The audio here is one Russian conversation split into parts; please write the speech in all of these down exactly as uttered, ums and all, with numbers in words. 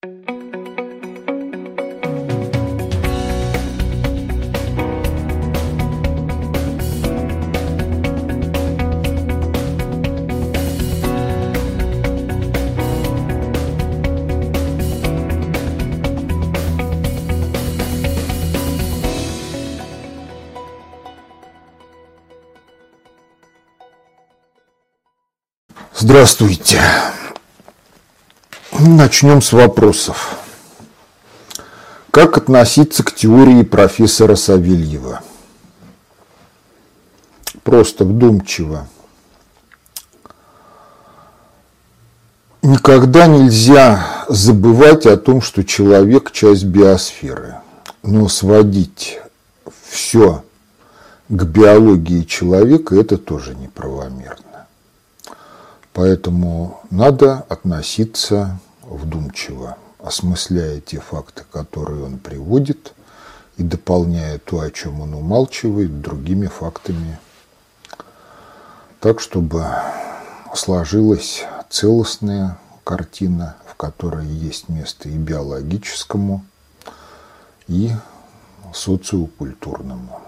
Здравствуйте. Начнем с вопросов. Как относиться к теории профессора Савельева? Просто вдумчиво. Никогда нельзя забывать о том, что человек – часть биосферы. Но сводить все к биологии человека – это тоже неправомерно. Поэтому надо относиться вдумчиво, осмысляя те факты, которые он приводит, и дополняя то, о чем он умалчивает, другими фактами, так, чтобы сложилась целостная картина, в которой есть место и биологическому, и социокультурному.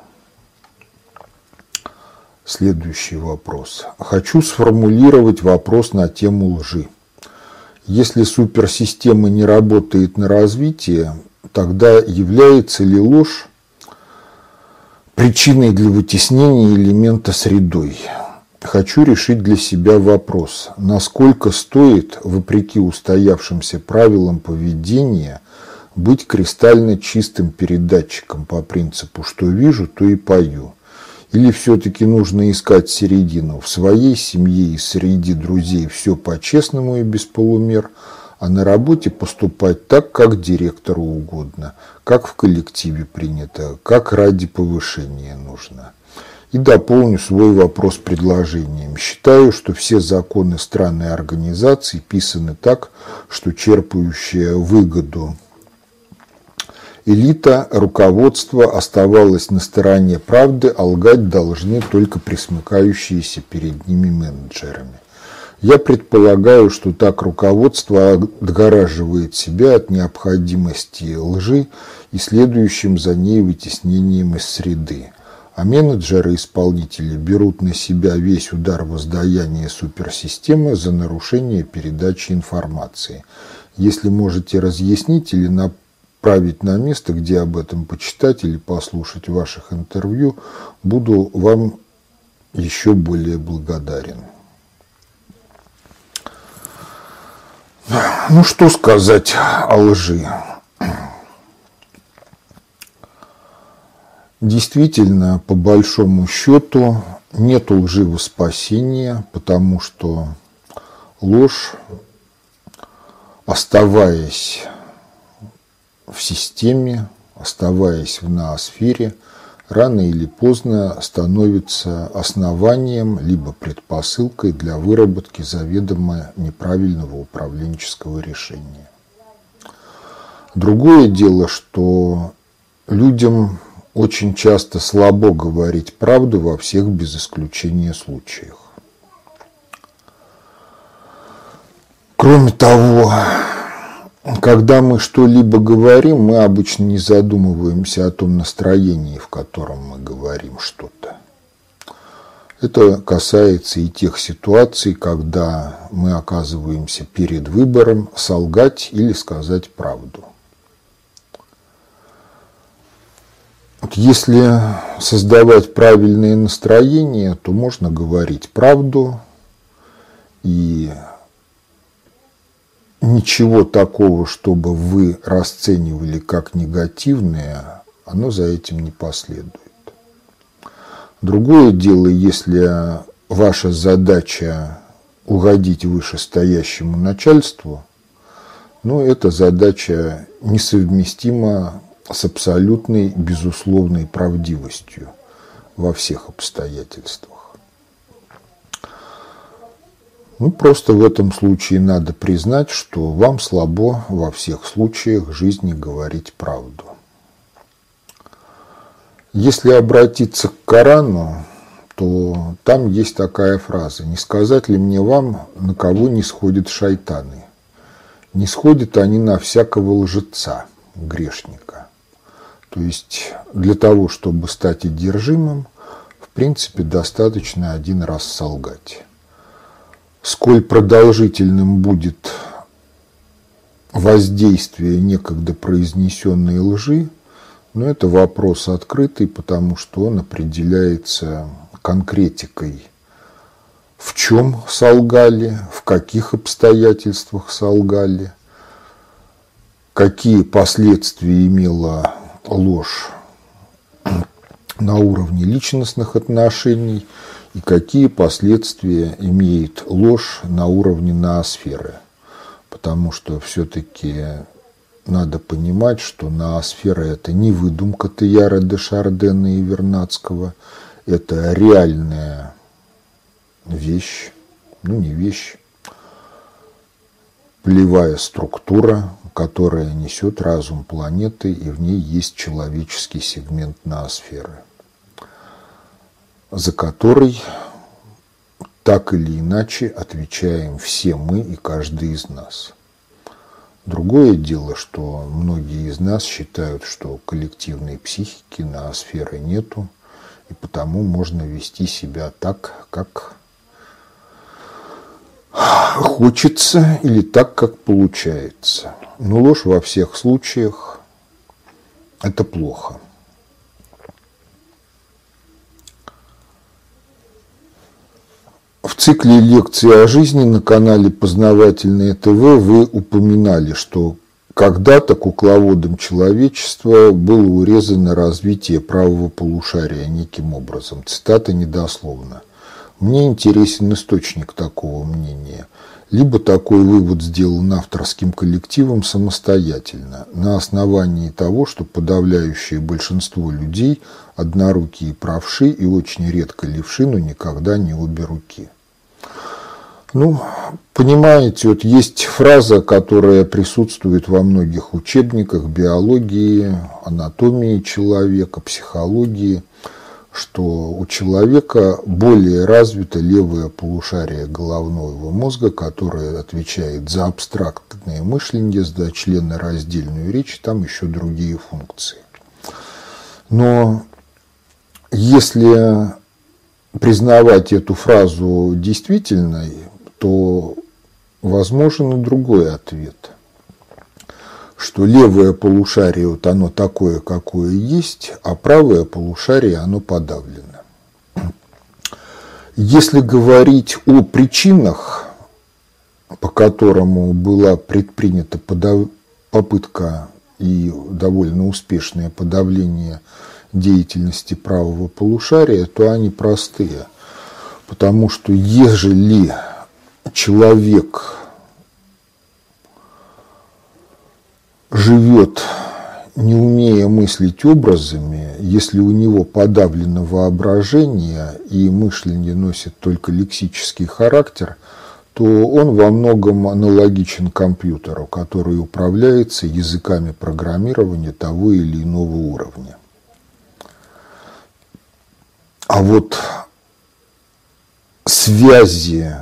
Следующий вопрос. Хочу сформулировать вопрос на тему лжи. Если суперсистема не работает на развитие, тогда является ли ложь причиной для вытеснения элемента средой? Хочу решить для себя вопрос, насколько стоит, вопреки устоявшимся правилам поведения, быть кристально чистым передатчиком по принципу «что вижу, то и пою». Или все-таки нужно искать середину? В своей семье и среди друзей все по-честному и без полумер, а на работе поступать так, как директору угодно, как в коллективе принято, как ради повышения нужно. И дополню свой вопрос предложением. Считаю, что все законы стран и организаций писаны так, что черпающая выгоду элита, руководство оставалось на стороне правды, а лгать должны только присмыкающиеся перед ними менеджерами. Я предполагаю, что так руководство отгораживает себя от необходимости лжи и следующим за ней вытеснением из среды. А менеджеры-исполнители берут на себя весь удар воздаяния суперсистемы за нарушение передачи информации. Если можете разъяснить или напомнить, править на место, где об этом почитать или послушать ваших интервью, буду вам еще более благодарен. Ну, что сказать о лжи? Действительно, по большому счету, нет лживого спасения, потому что ложь, оставаясь в системе, оставаясь в ноосфере, рано или поздно становится основанием либо предпосылкой для выработки заведомо неправильного управленческого решения. Другое дело, что людям очень часто слабо говорить правду во всех без исключения случаях. Кроме того, когда мы что-либо говорим, мы обычно не задумываемся о том настроении, в котором мы говорим что-то. Это касается и тех ситуаций, когда мы оказываемся перед выбором солгать или сказать правду. Если создавать правильное настроение, то можно говорить правду, и ничего такого, чтобы вы расценивали как негативное, оно за этим не последует. Другое дело, если ваша задача угодить вышестоящему начальству, но эта задача несовместима с абсолютной безусловной правдивостью во всех обстоятельствах. Ну, просто в этом случае надо признать, что вам слабо во всех случаях жизни говорить правду. Если обратиться к Корану, то там есть такая фраза: «Не сказать ли мне вам, на кого не сходят шайтаны? не сходят они на всякого лжеца, грешника. То есть для того, чтобы стать одержимым, в принципе, достаточно один раз солгать. Сколь продолжительным будет воздействие некогда произнесенной лжи, но это вопрос открытый, потому что он определяется конкретикой. В чем солгали, в каких обстоятельствах солгали, какие последствия имела ложь на уровне личностных отношений и какие последствия имеет ложь на уровне ноосферы. Потому что все-таки надо понимать, что ноосфера – это не выдумка Тейяра де Шардена и Вернадского, это реальная вещь, ну не вещь, полевая структура, которая несет разум планеты, и в ней есть человеческий сегмент ноосферы, за который так или иначе отвечаем все мы и каждый из нас. Другое дело, что многие из нас считают, что коллективной психики ноосферы нету, и потому можно вести себя так, как хочется или так, как получается. Но ложь во всех случаях – это плохо. В цикле лекций о жизни на канале «Познавательное ТВ» вы упоминали, что когда-то кукловодом человечества было урезано развитие правого полушария неким образом. Цитата недословна. Мне интересен источник такого мнения. Либо такой вывод сделан авторским коллективом самостоятельно, на основании того, что подавляющее большинство людей однорукие правши и очень редко левши, но никогда не обе руки. Ну, понимаете, вот есть фраза, которая присутствует во многих учебниках биологии, анатомии человека, психологии, что у человека более развито левое полушарие головного мозга, которое отвечает за абстрактное мышление, за членораздельную речь, там еще другие функции. Но если признавать эту фразу действительной, то возможен и другой ответ, что левое полушарие вот оно такое, какое есть, а правое полушарие оно подавлено. Если говорить о причинах, по которому была предпринята подав... попытка и довольно успешное подавление деятельности правого полушария, то они простые. Потому что ежели человек живет, не умея мыслить образами, если у него подавлено воображение и мышление носит только лексический характер, то он во многом аналогичен компьютеру, который управляется языками программирования того или иного уровня. А вот связи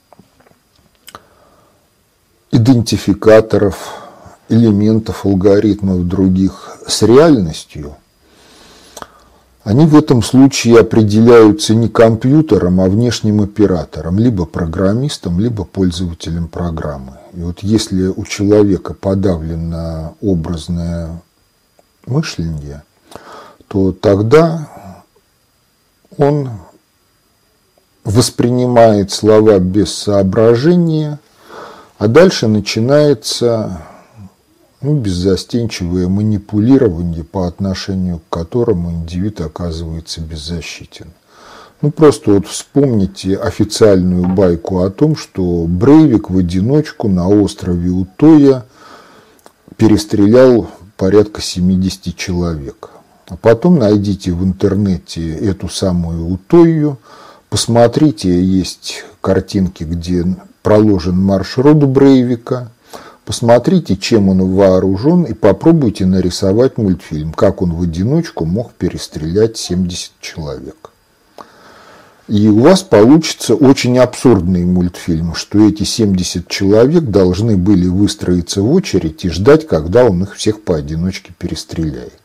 идентификаторов, элементов, алгоритмов других с реальностью, они в этом случае определяются не компьютером, а внешним оператором, либо программистом, либо пользователем программы. И вот если у человека подавлено образное мышление, то тогда он воспринимает слова без соображения, а дальше начинается ну, беззастенчивое манипулирование, по отношению к которому индивид оказывается беззащитен. Ну, просто вот вспомните официальную байку о том, что Брейвик в одиночку на острове Утоя перестрелял порядка семидесяти человек. А потом найдите в интернете эту самую Утою, посмотрите, есть картинки, где проложен маршрут Брейвика, посмотрите, чем он вооружен, и попробуйте нарисовать мультфильм, как он в одиночку мог перестрелять семьдесят человек. И у вас получится очень абсурдный мультфильм, что эти семьдесят человек должны были выстроиться в очередь и ждать, когда он их всех поодиночке перестреляет.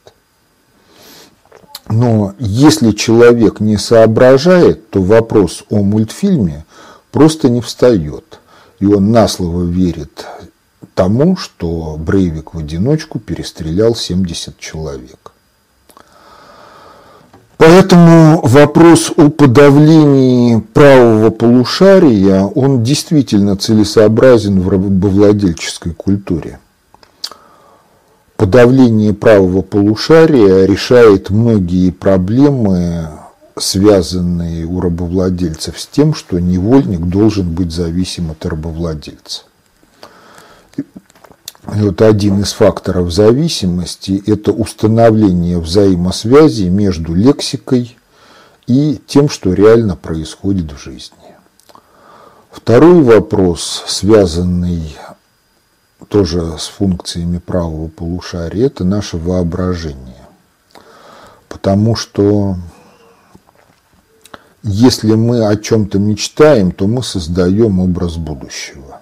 Но если человек не соображает, то вопрос о мультфильме просто не встает. И он на слово верит тому, что Брейвик в одиночку перестрелял семьдесят человек. Поэтому вопрос о подавлении правого полушария, он действительно целесообразен в рабовладельческой культуре. Подавление правого полушария решает многие проблемы, связанные у рабовладельцев с тем, что невольник должен быть зависим от рабовладельца. И вот один из факторов зависимости – это установление взаимосвязи между лексикой и тем, что реально происходит в жизни. Второй вопрос, связанный тоже с функциями правого полушария, это наше воображение. Потому что если мы о чем-то мечтаем, то мы создаем образ будущего.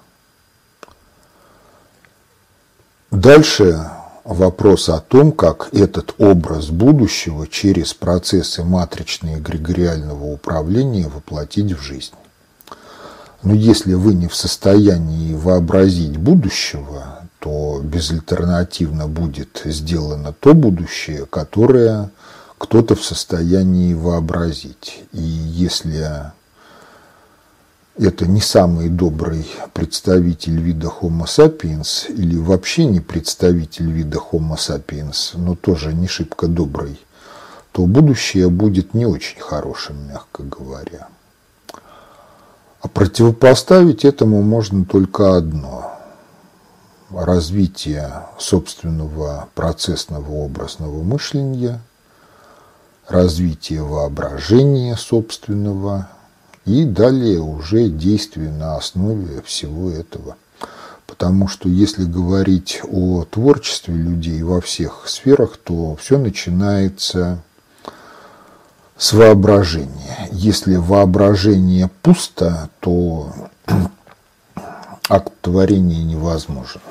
Дальше вопрос о том, как этот образ будущего через процессы матрично-эгрегориального управления воплотить в жизнь. Но если вы не в состоянии вообразить будущего, то безальтернативно будет сделано то будущее, которое кто-то в состоянии вообразить. И если это не самый добрый представитель вида Homo sapiens или вообще не представитель вида Homo sapiens, но тоже не шибко добрый, то будущее будет не очень хорошим, мягко говоря. А противопоставить этому можно только одно – развитие собственного процессного образного мышления, развитие воображения собственного и далее уже действие на основе всего этого. Потому что если говорить о творчестве людей во всех сферах, то все начинается с воображения. Если воображение пусто, то акт творения невозможен.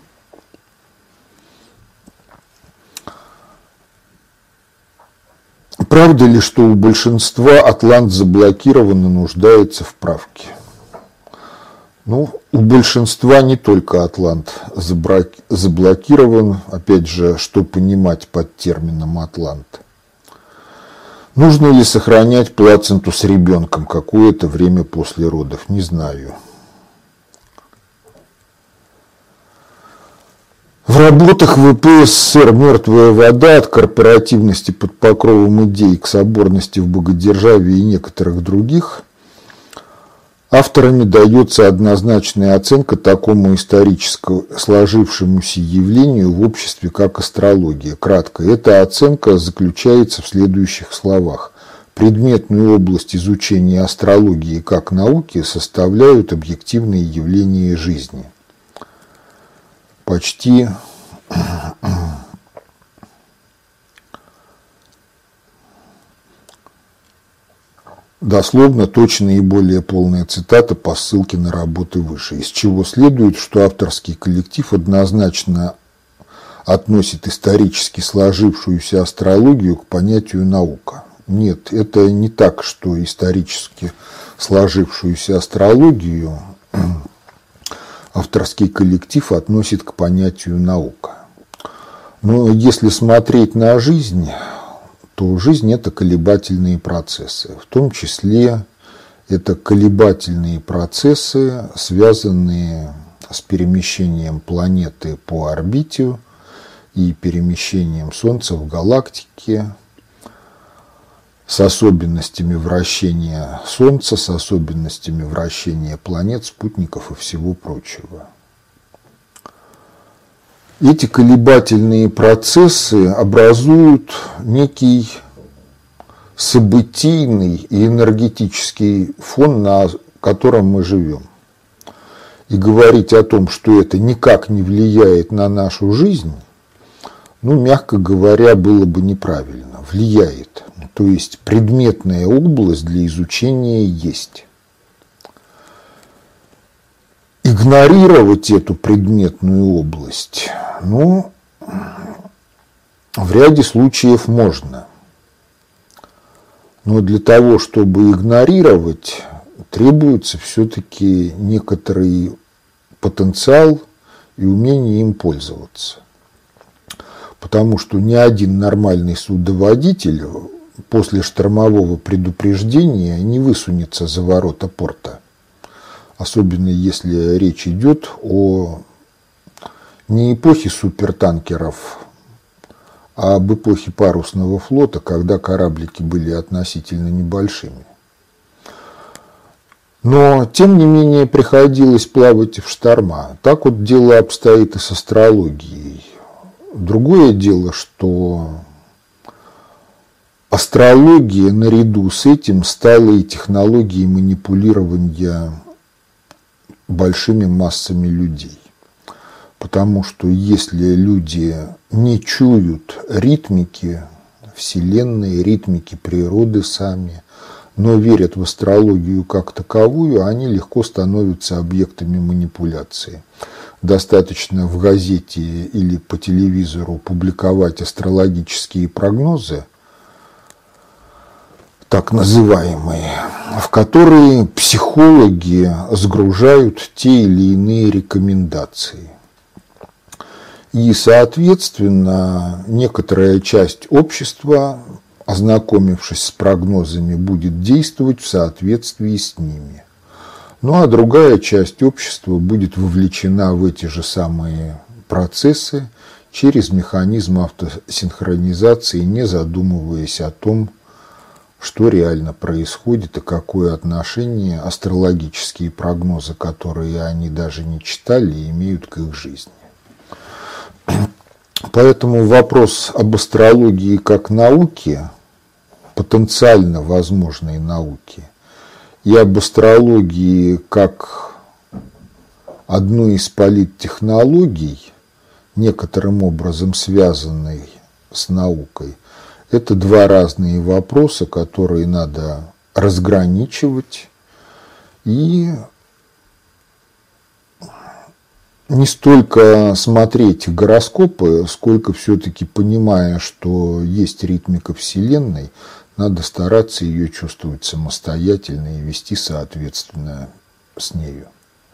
Правда ли, что у большинства атлант заблокирован и нуждается в правке? Ну, у большинства не только атлант заблокирован, опять же, что понимать под термином атлант. Нужно ли сохранять плаценту с ребенком какое-то время после родов? Не знаю. В работах вэ пэ эс эс эр «Мертвая вода. От корпоративности под покровом идей к соборности в богодержавии» и некоторых других авторами дается однозначная оценка такому исторически сложившемуся явлению в обществе, как астрология. Кратко, эта оценка заключается в следующих словах. Предметную область изучения астрологии как науки составляют объективные явления жизни. Почти дословно, точная и более полная цитата по ссылке на работы выше, из чего следует, что авторский коллектив однозначно относит исторически сложившуюся астрологию к понятию наука. Нет, это не так, что исторически сложившуюся астрологию авторский коллектив относит к понятию наука. Но если смотреть на жизнь, то жизнь – это колебательные процессы. В том числе это колебательные процессы, связанные с перемещением планеты по орбите и перемещением Солнца в галактике, с особенностями вращения Солнца, с особенностями вращения планет, спутников и всего прочего. Эти колебательные процессы образуют некий событийный и энергетический фон, на котором мы живем. И говорить о том, что это никак не влияет на нашу жизнь, ну, мягко говоря, было бы неправильно. Влияет. То есть предметная область для изучения есть. Игнорировать эту предметную область, ну, в ряде случаев можно. Но для того, чтобы игнорировать, требуется все-таки некоторый потенциал и умение им пользоваться. Потому что ни один нормальный судоводитель после штормового предупреждения не высунется за ворота порта. Особенно если речь идет о не эпохе супертанкеров, а об эпохе парусного флота, когда кораблики были относительно небольшими. Но, тем не менее, приходилось плавать в шторма. Так вот дело обстоит и с астрологией. Другое дело, что астрология наряду с этим стала и технологией манипулирования большими массами людей. Потому что если люди не чуют ритмики Вселенной, ритмики природы сами, но верят в астрологию как таковую, они легко становятся объектами манипуляции. Достаточно в газете или по телевизору публиковать астрологические прогнозы, так называемые, в которые психологи сгружают те или иные рекомендации. И, соответственно, некоторая часть общества, ознакомившись с прогнозами, будет действовать в соответствии с ними. Ну а другая часть общества будет вовлечена в эти же самые процессы через механизм автосинхронизации, не задумываясь о том, что реально происходит и какое отношение астрологические прогнозы, которые они даже не читали, имеют к их жизни. Поэтому вопрос об астрологии как науке, потенциально возможной науки, и об астрологии как одной из политтехнологий, некоторым образом связанной с наукой, это два разные вопроса, которые надо разграничивать и не столько смотреть гороскопы, сколько все-таки, понимая, что есть ритмика Вселенной, надо стараться ее чувствовать самостоятельно и вести соответственно с нею.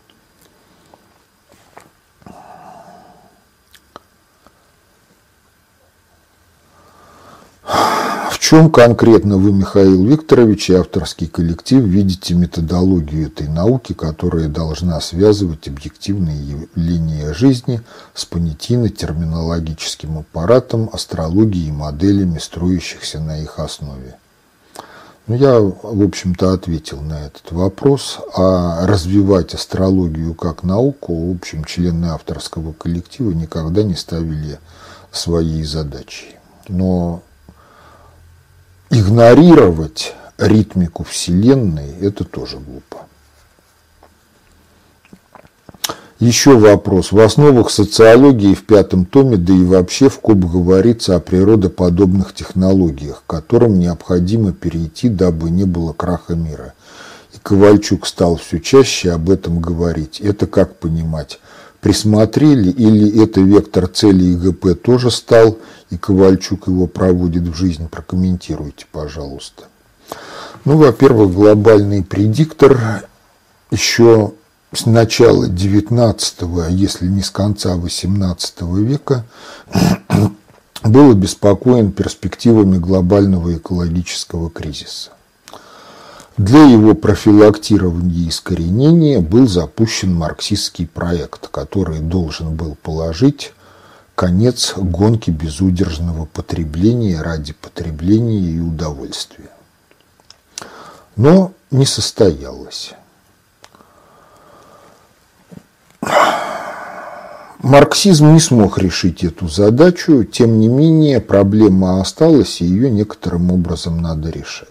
В чем конкретно вы, Михаил Викторович, и авторский коллектив видите методологию этой науки, которая должна связывать объективные явления жизни с понятийно-терминологическим аппаратом, астрологией и моделями, строящихся на их основе? Ну, я, в общем-то, ответил на этот вопрос. А развивать астрологию как науку, в общем, члены авторского коллектива никогда не ставили своей задачей. Но игнорировать ритмику Вселенной – это тоже глупо. Еще вопрос. В основах социологии в пятом томе, да и вообще в КОБ говорится о природоподобных технологиях, к которым необходимо перейти, дабы не было краха мира. И Ковальчук стал все чаще об этом говорить. Это как понимать? Присмотрели или это вектор цели ИГП тоже стал, и Ковальчук его проводит в жизнь? Прокомментируйте, пожалуйста. Ну, во-первых, глобальный предиктор еще с начала девятнадцатого, если не с конца восемнадцатого века, был обеспокоен перспективами глобального экологического кризиса. Для его профилактирования и искоренения был запущен марксистский проект, который должен был положить конец гонке безудержного потребления ради потребления и удовольствия. Но не состоялось. Марксизм не смог решить эту задачу, тем не менее проблема осталась, и ее некоторым образом надо решать.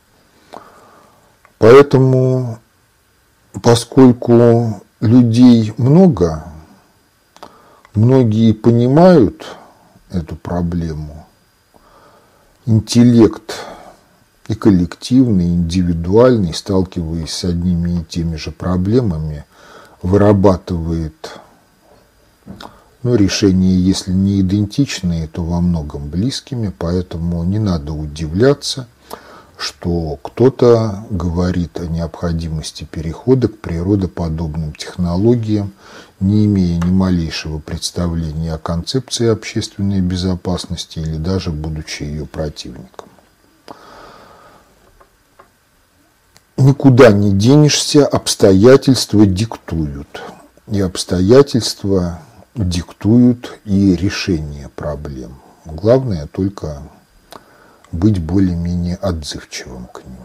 Поэтому, поскольку людей много, многие понимают эту проблему, интеллект и коллективный, и индивидуальный, сталкиваясь с одними и теми же проблемами, вырабатывает, ну, решения, если не идентичные, то во многом близкими, поэтому не надо удивляться, что кто-то говорит о необходимости перехода к природоподобным технологиям, не имея ни малейшего представления о концепции общественной безопасности или даже будучи ее противником. Никуда не денешься, обстоятельства диктуют. И обстоятельства диктуют и решение проблем. Главное только быть более-менее отзывчивым к ним.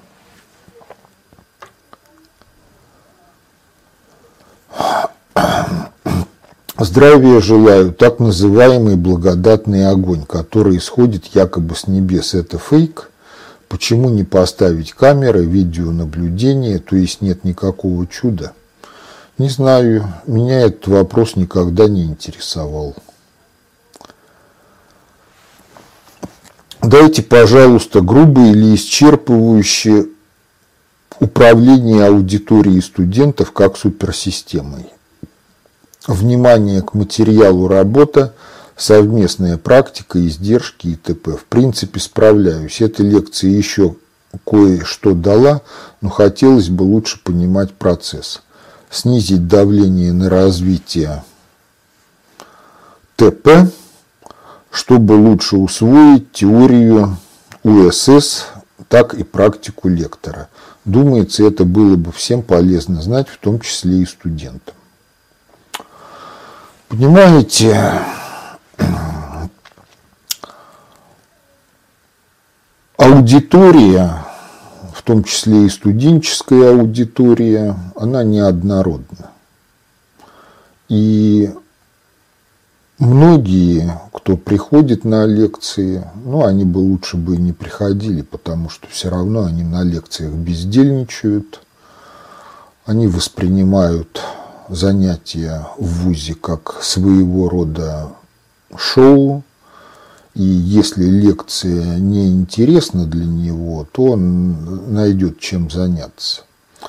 Здравия желаю. Так называемый благодатный огонь, который исходит якобы с небес, это фейк. Почему не поставить камеры, видеонаблюдение, то есть нет никакого чуда? Не знаю, меня этот вопрос никогда не интересовал. Дайте, пожалуйста, грубые или исчерпывающие управление аудиторией студентов как суперсистемой. Внимание к материалу работа, совместная практика, издержки и т.п. В принципе, справляюсь. Эта лекция еще кое-что дала, но хотелось бы лучше понимать процесс. Снизить давление на развитие т.п., чтобы лучше усвоить теорию У Эс Эс, так и практику лектора. Думается, это было бы всем полезно знать, в том числе и студентам. Понимаете, аудитория, в том числе и студенческая аудитория, она неоднородна. И многие, кто приходит на лекции, ну, они бы лучше бы и не приходили, потому что все равно они на лекциях бездельничают, они воспринимают занятия в вузе как своего рода шоу, и если лекция не интересна для него, то он найдет чем заняться.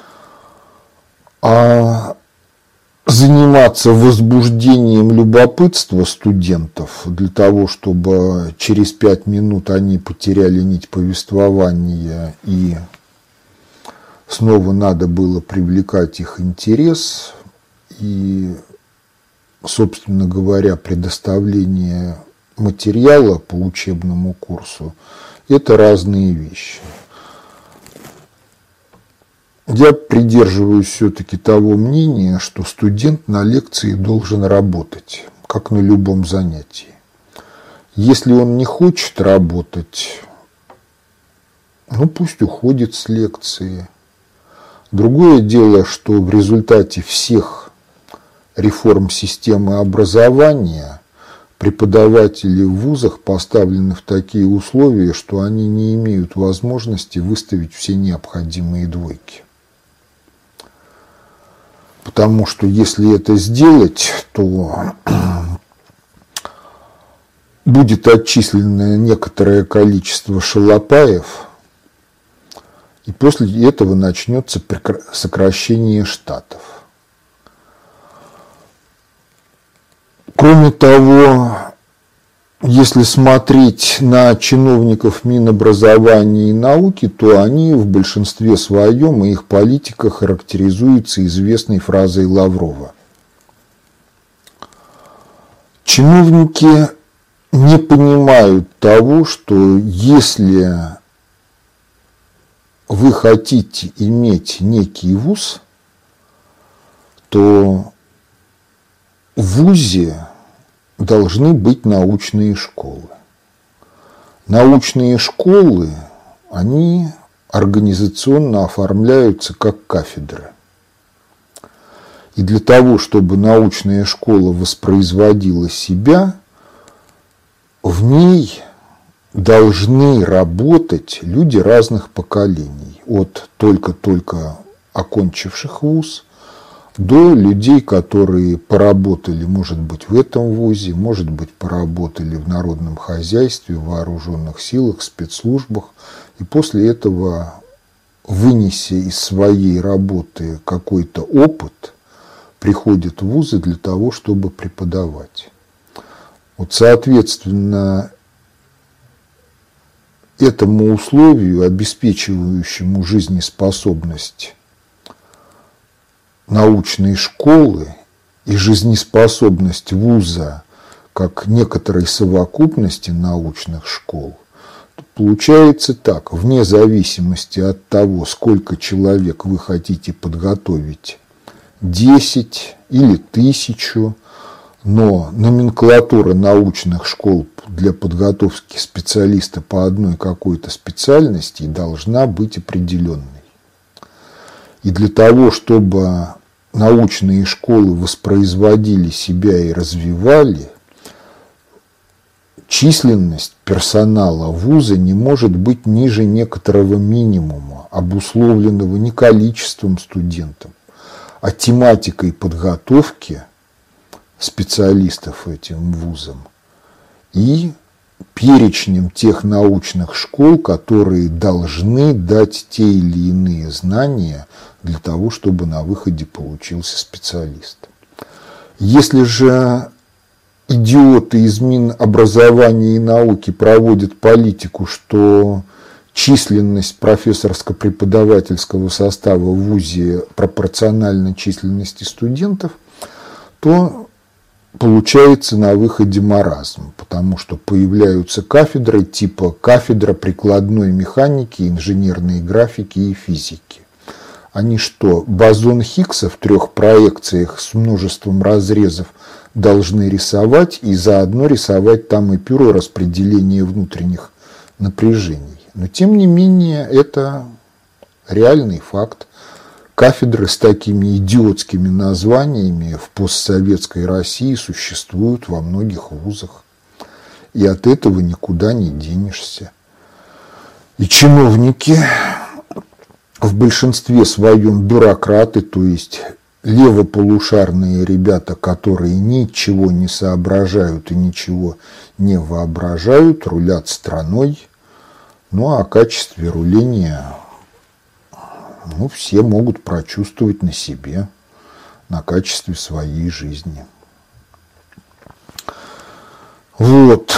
А заниматься возбуждением любопытства студентов для того, чтобы через пять минут они потеряли нить повествования и снова надо было привлекать их интерес и, собственно говоря, предоставление материала по учебному курсу – это разные вещи. Я придерживаюсь все-таки того мнения, что студент на лекции должен работать, как на любом занятии. Если он не хочет работать, ну пусть уходит с лекции. Другое дело, что в результате всех реформ системы образования преподаватели в вузах поставлены в такие условия, что они не имеют возможности выставить все необходимые двойки. Потому что если это сделать, то будет отчислено некоторое количество шалопаев, и после этого начнется сокращение штатов. Кроме того, если смотреть на чиновников Минобразования и науки, то они в большинстве своем и их политика характеризуется известной фразой Лаврова. Чиновники не понимают того, что если вы хотите иметь некий вуз, то в вузе должны быть научные школы. Научные школы, они организационно оформляются как кафедры. И для того, чтобы научная школа воспроизводила себя, в ней должны работать люди разных поколений. От только-только окончивших вуз, до людей, которые поработали, может быть, в этом вузе, может быть, поработали в народном хозяйстве, в вооруженных силах, спецслужбах, и после этого, вынеся из своей работы какой-то опыт, приходят в вузы для того, чтобы преподавать. Вот, соответственно, этому условию, обеспечивающему жизнеспособность научной школы и жизнеспособность вуза как некоторой совокупности научных школ, получается так: вне зависимости от того, сколько человек вы хотите подготовить, десять или тысячу, но номенклатура научных школ для подготовки специалиста по одной какой-то специальности должна быть определенной. И для того, чтобы научные школы воспроизводили себя и развивали, численность персонала вуза не может быть ниже некоторого минимума, обусловленного не количеством студентов, а тематикой подготовки специалистов этим вузом и перечнем тех научных школ, которые должны дать те или иные знания для того, чтобы на выходе получился специалист. Если же идиоты из Минобразования и науки проводят политику, что численность профессорско-преподавательского состава в вузе пропорциональна численности студентов, то получается на выходе маразм, потому что появляются кафедры типа кафедра прикладной механики, инженерной графики и физики. Они что, бозон Хиггса в трех проекциях с множеством разрезов должны рисовать и заодно рисовать там эпюру распределения внутренних напряжений. Но тем не менее это реальный факт. Кафедры с такими идиотскими названиями в постсоветской России существуют во многих вузах. И от этого никуда не денешься. И чиновники в большинстве своем бюрократы, то есть левополушарные ребята, которые ничего не соображают и ничего не воображают, рулят страной. Ну а о качестве руления ну, все могут прочувствовать на себе, на качестве своей жизни. Вот.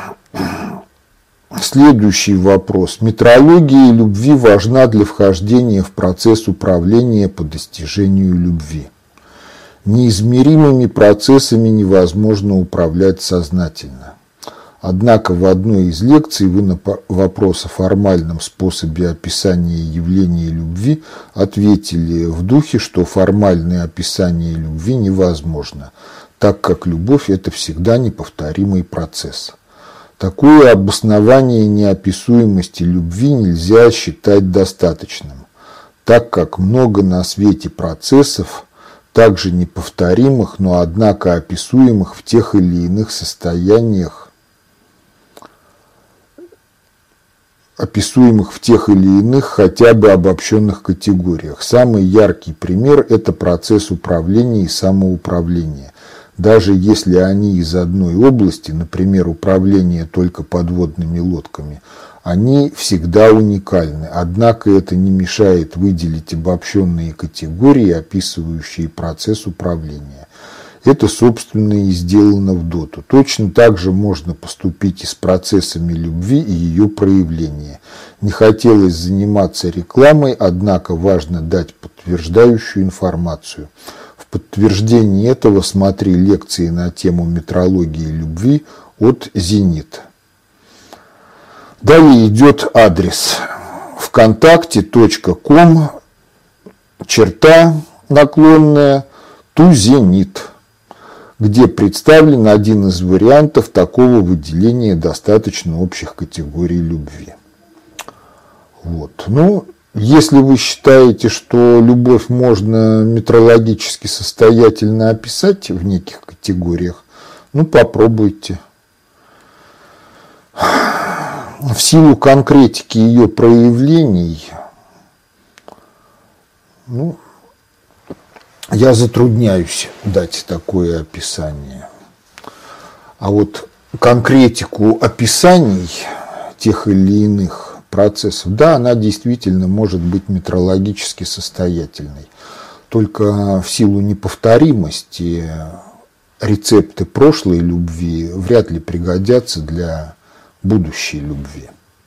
Следующий вопрос. Метрология любви важна для вхождения в процесс управления по достижению любви. Неизмеримыми процессами невозможно управлять сознательно. Однако в одной из лекций вы на вопрос о формальном способе описания явления любви ответили в духе, что формальное описание любви невозможно, так как любовь – это всегда неповторимый процесс. Такое обоснование неописуемости любви нельзя считать достаточным, так как много на свете процессов, также неповторимых, но однако описуемых в тех или иных состояниях, описуемых в тех или иных хотя бы обобщенных категориях. Самый яркий пример – это процесс управления и самоуправления. Даже если они из одной области, например, управление только подводными лодками, они всегда уникальны. Однако это не мешает выделить обобщенные категории, описывающие процесс управления. Это, собственно, и сделано в доту. Точно так же можно поступить и с процессами любви и ее проявления. Не хотелось заниматься рекламой, однако важно дать подтверждающую информацию. В подтверждение этого смотри лекции на тему метрологии любви от «Зенит». Далее идет адрес вконтакте точка ком черта наклонная тузенит, где представлен один из вариантов такого выделения достаточно общих категорий любви. Вот. Ну, если вы считаете, что любовь можно метрологически состоятельно описать в неких категориях, ну, попробуйте. В силу конкретики ее проявлений, ну, я затрудняюсь дать такое описание. А вот конкретику описаний тех или иных процессов, да, она действительно может быть метрологически состоятельной. Только в силу неповторимости рецепты прошлой любви вряд ли пригодятся для будущей любви.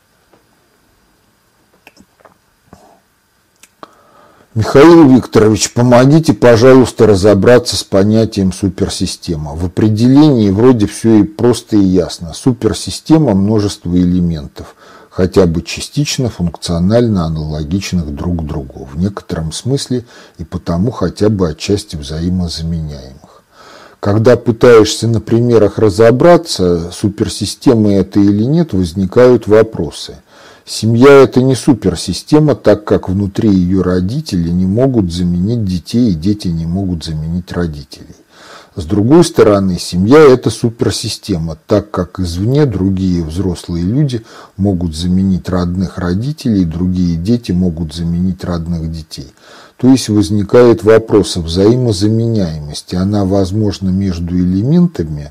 Михаил Викторович, помогите, пожалуйста, разобраться с понятием суперсистема. В определении вроде все и просто и ясно. Суперсистема – множество элементов, хотя бы частично функционально аналогичных друг другу, в некотором смысле и потому хотя бы отчасти взаимозаменяемых. Когда пытаешься на примерах разобраться, суперсистема это или нет, возникают вопросы. Семья – это не суперсистема, так как внутри ее родители не могут заменить детей, и дети не могут заменить родителей. С другой стороны, семья – это суперсистема, так как извне другие взрослые люди могут заменить родных родителей, и другие дети могут заменить родных детей. То есть возникает вопрос о взаимозаменяемости. Она возможна между элементами,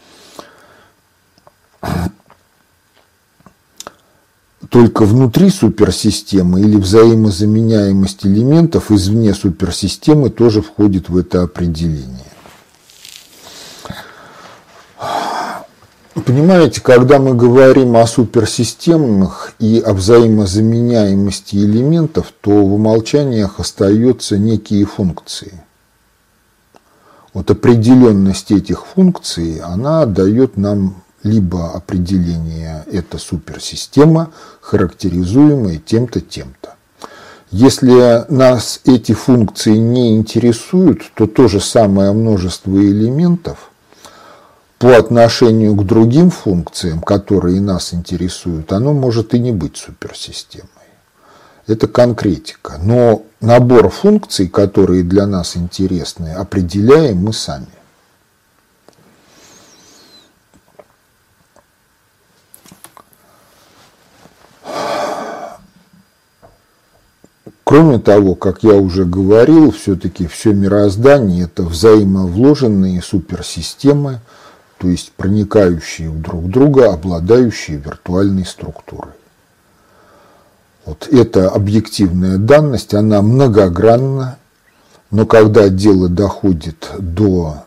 только внутри суперсистемы, или взаимозаменяемость элементов извне суперсистемы тоже входит в это определение. Понимаете, когда мы говорим о суперсистемах и о взаимозаменяемости элементов, то в умолчаниях остаются некие функции. Вот определенность этих функций, она дает нам либо определение «это суперсистема», характеризуемая тем-то, тем-то. Если нас эти функции не интересуют, то то же самое множество элементов по отношению к другим функциям, которые нас интересуют, оно может и не быть суперсистемой. Это конкретика. Но набор функций, которые для нас интересны, определяем мы сами. Кроме того, как я уже говорил, все-таки все мироздание – это взаимовложенные суперсистемы, то есть проникающие друг в друга, обладающие виртуальной структурой. Вот эта объективная данность, она многогранна, но когда дело доходит до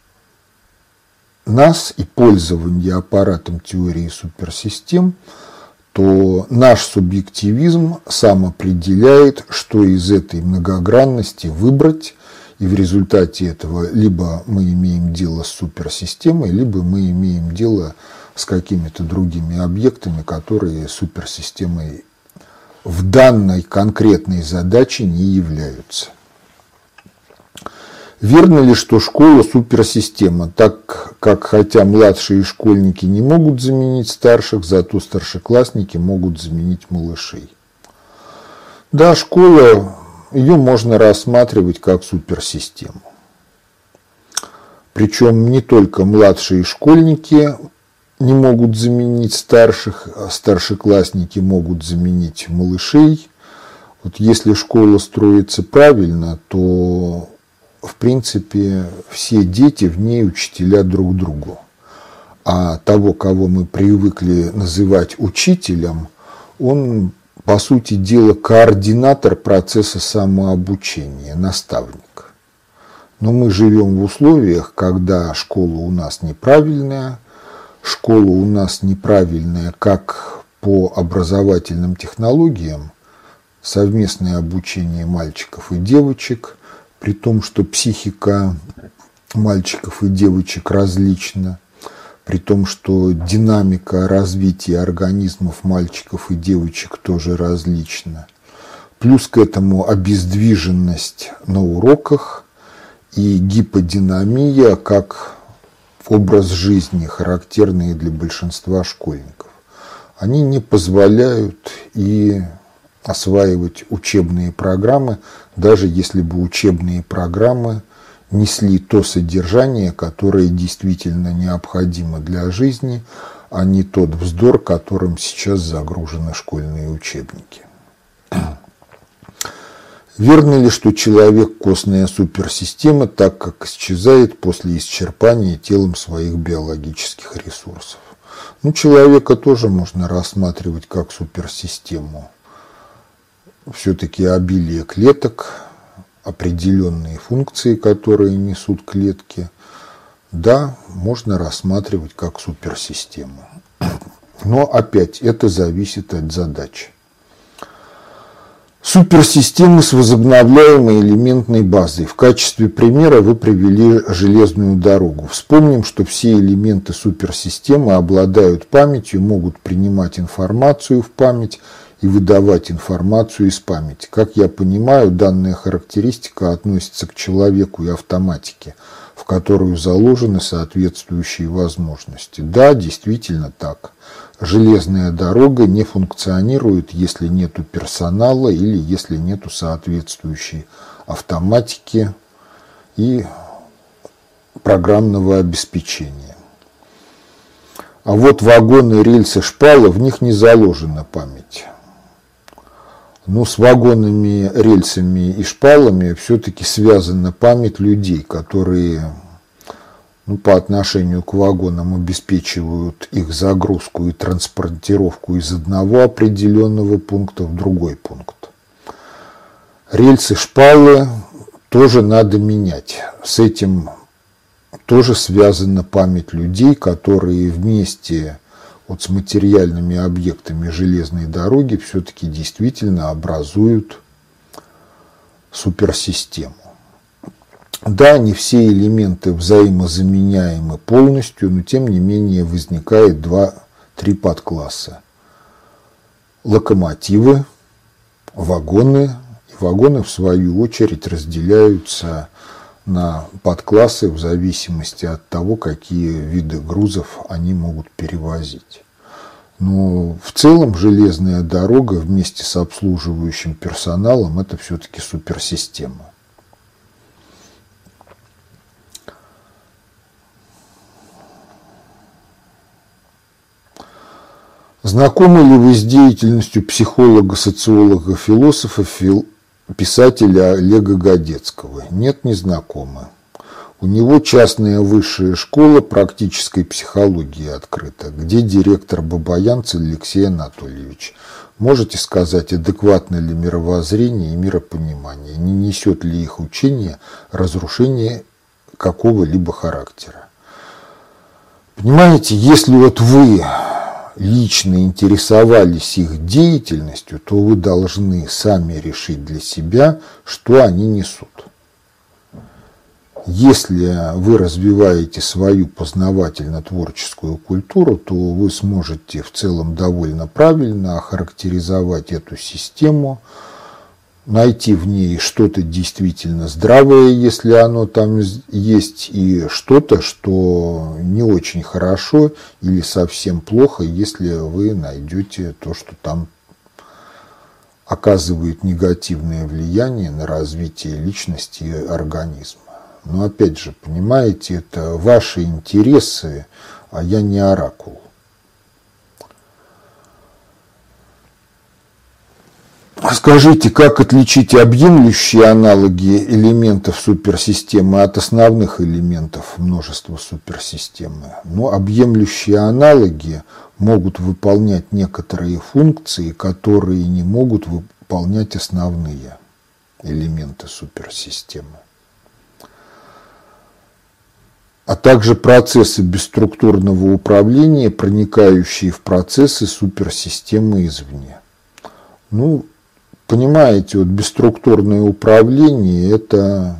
нас и пользования аппаратом теории суперсистем, то наш субъективизм сам определяет, что из этой многогранности выбрать, и в результате этого либо мы имеем дело с суперсистемой, либо мы имеем дело с какими-то другими объектами, которые суперсистемой в данной конкретной задаче не являются. Верно ли, что школа – суперсистема, так как хотя младшие школьники не могут заменить старших, зато старшеклассники могут заменить малышей? Да, школа, ее можно рассматривать как суперсистему. Причем не только младшие школьники не могут заменить старших, а старшеклассники могут заменить малышей. Вот если школа строится правильно, то в принципе, все дети в ней учителя друг другу. А того, кого мы привыкли называть учителем, он, по сути дела, координатор процесса самообучения, наставник. Но мы живем в условиях, когда школа у нас неправильная, школа у нас неправильная как по образовательным технологиям, совместное обучение мальчиков и девочек, при том, что психика мальчиков и девочек различна, при том, что динамика развития организмов мальчиков и девочек тоже различна. Плюс к этому обездвиженность на уроках и гиподинамия как образ жизни, характерные для большинства школьников. Они не позволяют и осваивать учебные программы, даже если бы учебные программы несли то содержание, которое действительно необходимо для жизни, а не тот вздор, которым сейчас загружены школьные учебники. Верно ли, что человек – костная суперсистема, так как исчезает после исчерпания телом своих биологических ресурсов? Ну, человека тоже можно рассматривать как суперсистему. Все-таки обилие клеток, определенные функции, которые несут клетки, да, можно рассматривать как суперсистему. Но опять это зависит от задачи. Суперсистемы с возобновляемой элементной базой. В качестве примера вы привели железную дорогу. Вспомним, что все элементы суперсистемы обладают памятью, могут принимать информацию в память и выдавать информацию из памяти. Как я понимаю, данная характеристика относится к человеку и автоматике, в которую заложены соответствующие возможности. Да, действительно так. Железная дорога не функционирует, если нету персонала или если нету соответствующей автоматики и программного обеспечения. А вот вагоны, рельсы, шпалы, в них не заложена память. Но с вагонами, рельсами и шпалами все-таки связана память людей, которые, ну, по отношению к вагонам обеспечивают их загрузку и транспортировку из одного определенного пункта в другой пункт. Рельсы, шпалы тоже надо менять. С этим тоже связана память людей, которые вместе вот с материальными объектами железной дороги все-таки действительно образуют суперсистему. Да, не все элементы взаимозаменяемы полностью, но тем не менее возникает два-три подкласса. Локомотивы, вагоны. И вагоны, в свою очередь, разделяются на подклассы в зависимости от того, какие виды грузов они могут перевозить. Но в целом железная дорога вместе с обслуживающим персоналом – это все-таки суперсистема. Знакомы ли вы с деятельностью психолога, социолога, философа, фил... писателя Олега Годецкого? Нет, не знакомы. У него частная высшая школа практической психологии открыта, где директор Бабаянц Алексей Анатольевич. Можете сказать, адекватно ли мировоззрение и миропонимание? Не несет ли их учение разрушение какого-либо характера? Понимаете, если вот вы лично интересовались их деятельностью, то вы должны сами решить для себя, что они несут. Если вы развиваете свою познавательно-творческую культуру, то вы сможете в целом довольно правильно охарактеризовать эту систему, найти в ней что-то действительно здравое, если оно там есть, и что-то, что не очень хорошо или совсем плохо, если вы найдете то, что там оказывает негативное влияние на развитие личности и организма. Но опять же, понимаете, это ваши интересы, а я не оракул. Скажите, как отличить объемлющие аналоги элементов суперсистемы от основных элементов множества суперсистемы? Ну, объемлющие аналоги могут выполнять некоторые функции, которые не могут выполнять основные элементы суперсистемы. А также процессы бесструктурного управления, проникающие в процессы суперсистемы извне. Ну, понимаете, вот бесструктурное управление – это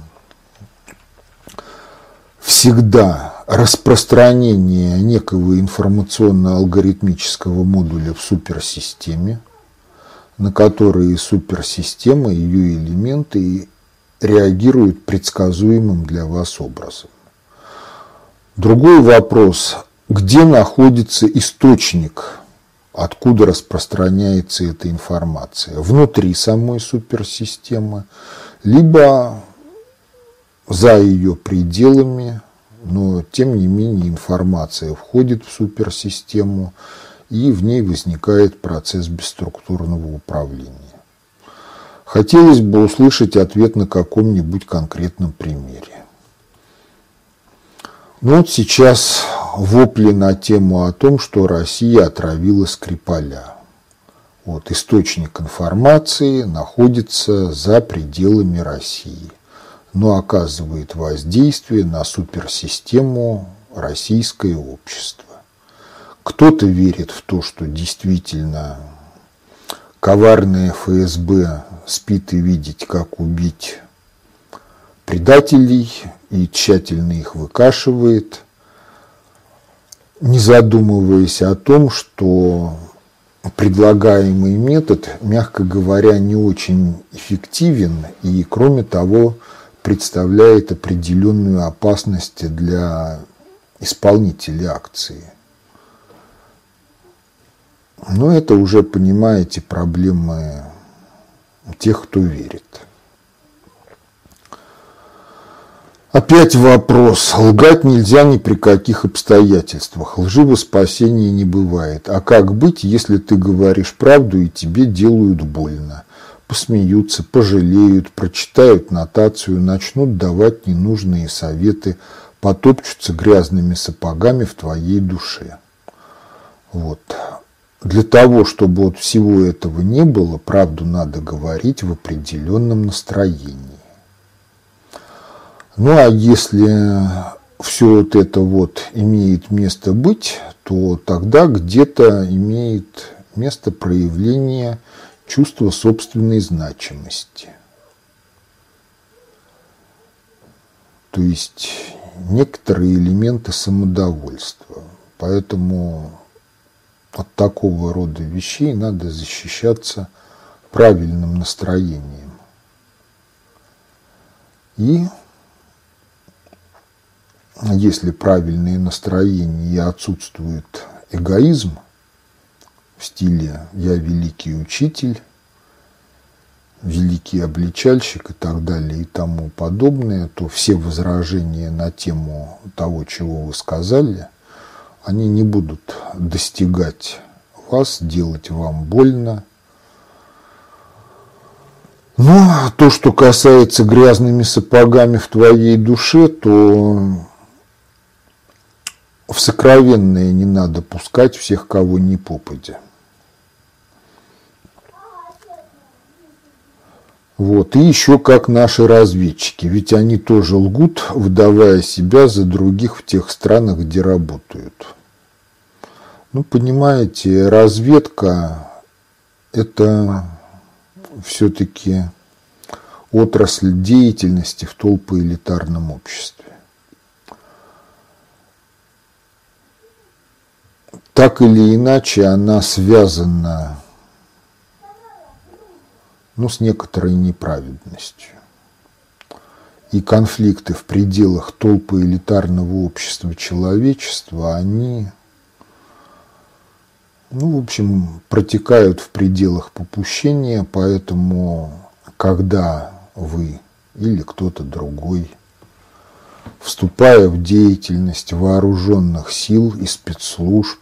всегда распространение некого информационно-алгоритмического модуля в суперсистеме, на которые суперсистема и ее элементы реагируют предсказуемым для вас образом. Другой вопрос, где находится источник, откуда распространяется эта информация? Внутри самой суперсистемы, либо за ее пределами, но тем не менее информация входит в суперсистему, и в ней возникает процесс бесструктурного управления. Хотелось бы услышать ответ на каком-нибудь конкретном примере. Ну вот сейчас вопли на тему о том, что Россия отравила Скрипаля. Вот, источник информации находится за пределами России, но оказывает воздействие на суперсистему российское общество. Кто-то верит в то, что действительно коварное эф эс бэ спит и видит, как убить предателей, и тщательно их выкашивает, не задумываясь о том, что предлагаемый метод, мягко говоря, не очень эффективен и, кроме того, представляет определенную опасность для исполнителей акции. Но это уже, понимаете, проблемы тех, кто верит. Опять вопрос. Лгать нельзя ни при каких обстоятельствах. Лжи во спасении не бывает. А как быть, если ты говоришь правду и тебе делают больно? Посмеются, пожалеют, прочитают нотацию, начнут давать ненужные советы, потопчутся грязными сапогами в твоей душе. Вот. Для того, чтобы вот всего этого не было, правду надо говорить в определенном настроении. Ну а если все вот это вот имеет место быть, то тогда где-то имеет место проявление чувства собственной значимости. То есть некоторые элементы самодовольства. Поэтому от такого рода вещей надо защищаться правильным настроением. И если правильное настроение и отсутствует эгоизм в стиле «я великий учитель», «великий обличальщик» и так далее и тому подобное, то все возражения на тему того, чего вы сказали, они не будут достигать вас, делать вам больно. Ну, а то, что касается грязными сапогами в твоей душе, то в сокровенное не надо пускать всех, кого ни попадя. Вот. И еще как наши разведчики. Ведь они тоже лгут, выдавая себя за других в тех странах, где работают. Ну, понимаете, разведка – это все-таки отрасль деятельности в толпоэлитарном обществе. Так или иначе, она связана, ну, с некоторой неправедностью. И конфликты в пределах толпоэлитарного общества человечества, они, ну, в общем, протекают в пределах попущения, поэтому, когда вы или кто-то другой, вступая в деятельность вооруженных сил и спецслужб,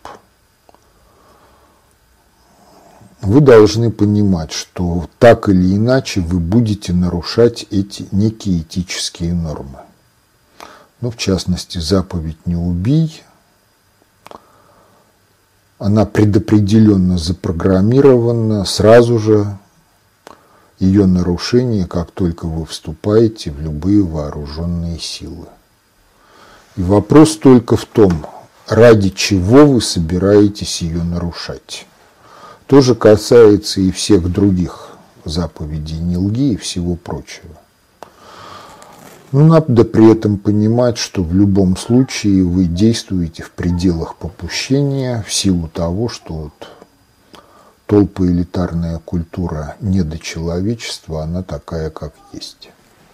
вы должны понимать, что так или иначе вы будете нарушать эти некие этические нормы. Ну, в частности, заповедь «не убий», она предопределенно запрограммирована, сразу же ее нарушение, как только вы вступаете в любые вооруженные силы. И вопрос только в том, ради чего вы собираетесь ее нарушать. То же касается и всех других заповедей «не лги» и всего прочего. Но надо при этом понимать, что в любом случае вы действуете в пределах попущения в силу того, что вот толпоэлитарная культура недочеловечества, она такая, как есть.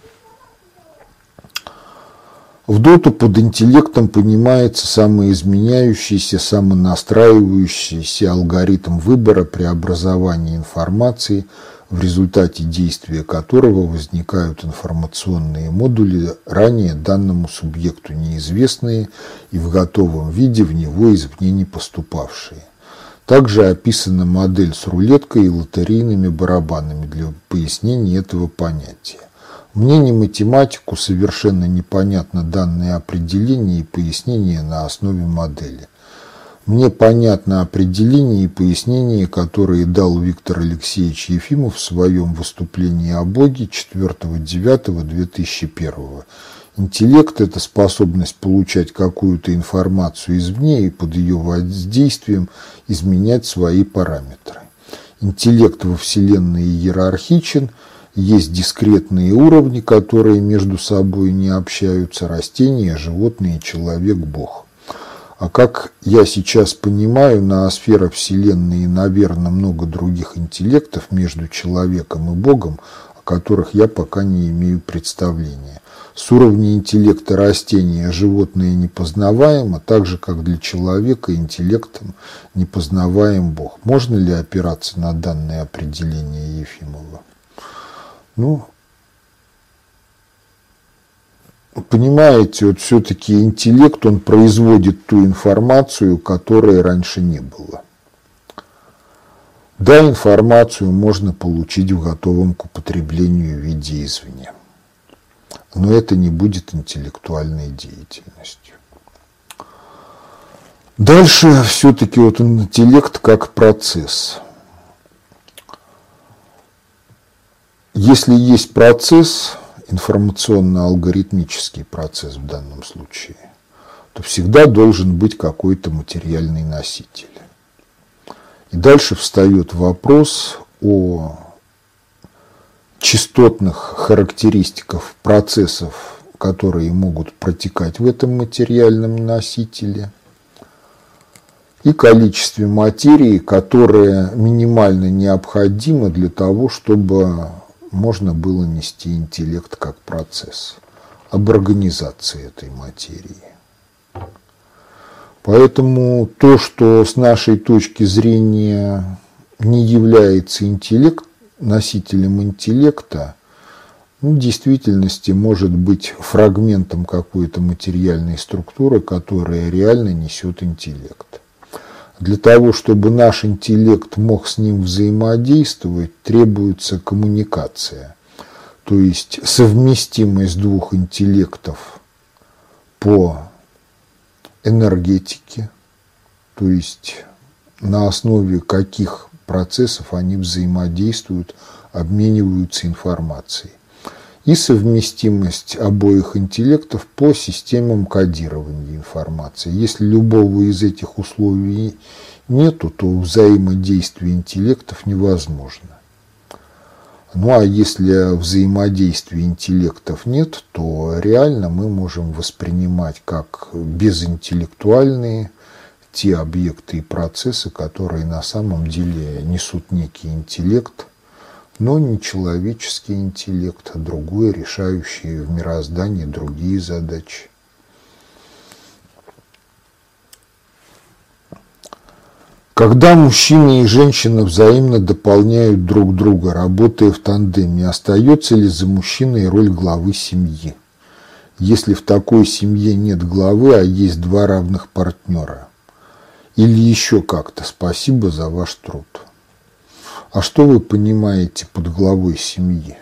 В доту под интеллектом понимается самоизменяющийся, самонастраивающийся алгоритм выбора преобразования информации, в результате действия которого возникают информационные модули, ранее данному субъекту неизвестные и в готовом виде в него извне не поступавшие. Также описана модель с рулеткой и лотерейными барабанами для пояснения этого понятия. Мне, не математику, совершенно непонятно данное определение и пояснение на основе модели. Мне понятно определение и пояснение, которые дал Виктор Алексеевич Ефимов в своем выступлении о Боге четвёртого девятого две тысячи первого. Интеллект – это способность получать какую-то информацию извне и под ее воздействием изменять свои параметры. Интеллект во Вселенной иерархичен, есть дискретные уровни, которые между собой не общаются: растения, животные, человек, Бог. А как я сейчас понимаю, ноосфера Вселенной и, наверное, много других интеллектов между человеком и Богом, о которых я пока не имею представления. С уровня интеллекта растения животное непознаваемо, так же, как для человека интеллектом непознаваем Бог. Можно ли опираться на данное определение Ефимова? Ну, понимаете, вот все-таки интеллект, он производит ту информацию, которой раньше не было. Да, информацию можно получить в готовом к употреблению виде извне, но это не будет интеллектуальной деятельностью. Дальше все-таки вот интеллект как процесс. Если есть процесс, информационно-алгоритмический процесс в данном случае, то всегда должен быть какой-то материальный носитель. И дальше встает вопрос о частотных характеристиках процессов, которые могут протекать в этом материальном носителе, и количестве материи, которое минимально необходимо для того, чтобы можно было нести интеллект как процесс, об организации этой материи. Поэтому то, что с нашей точки зрения не является интеллект, носителем интеллекта, ну, в действительности может быть фрагментом какой-то материальной структуры, которая реально несет интеллект. Для того, чтобы наш интеллект мог с ним взаимодействовать, требуется коммуникация, то есть совместимость двух интеллектов по энергетике, то есть на основе каких процессов они взаимодействуют, обмениваются информацией, и совместимость обоих интеллектов по системам кодирования информации. Если любого из этих условий нету, то взаимодействие интеллектов невозможно. Ну а если взаимодействия интеллектов нет, то реально мы можем воспринимать как безинтеллектуальные те объекты и процессы, которые на самом деле несут некий интеллект, но не человеческий интеллект, а другой, решающий в мироздании другие задачи. Когда мужчина и женщина взаимно дополняют друг друга, работая в тандеме, остается ли за мужчиной роль главы семьи? Если в такой семье нет главы, а есть два равных партнера? Или еще как-то? Спасибо за ваш труд. А что вы понимаете под главой семьи?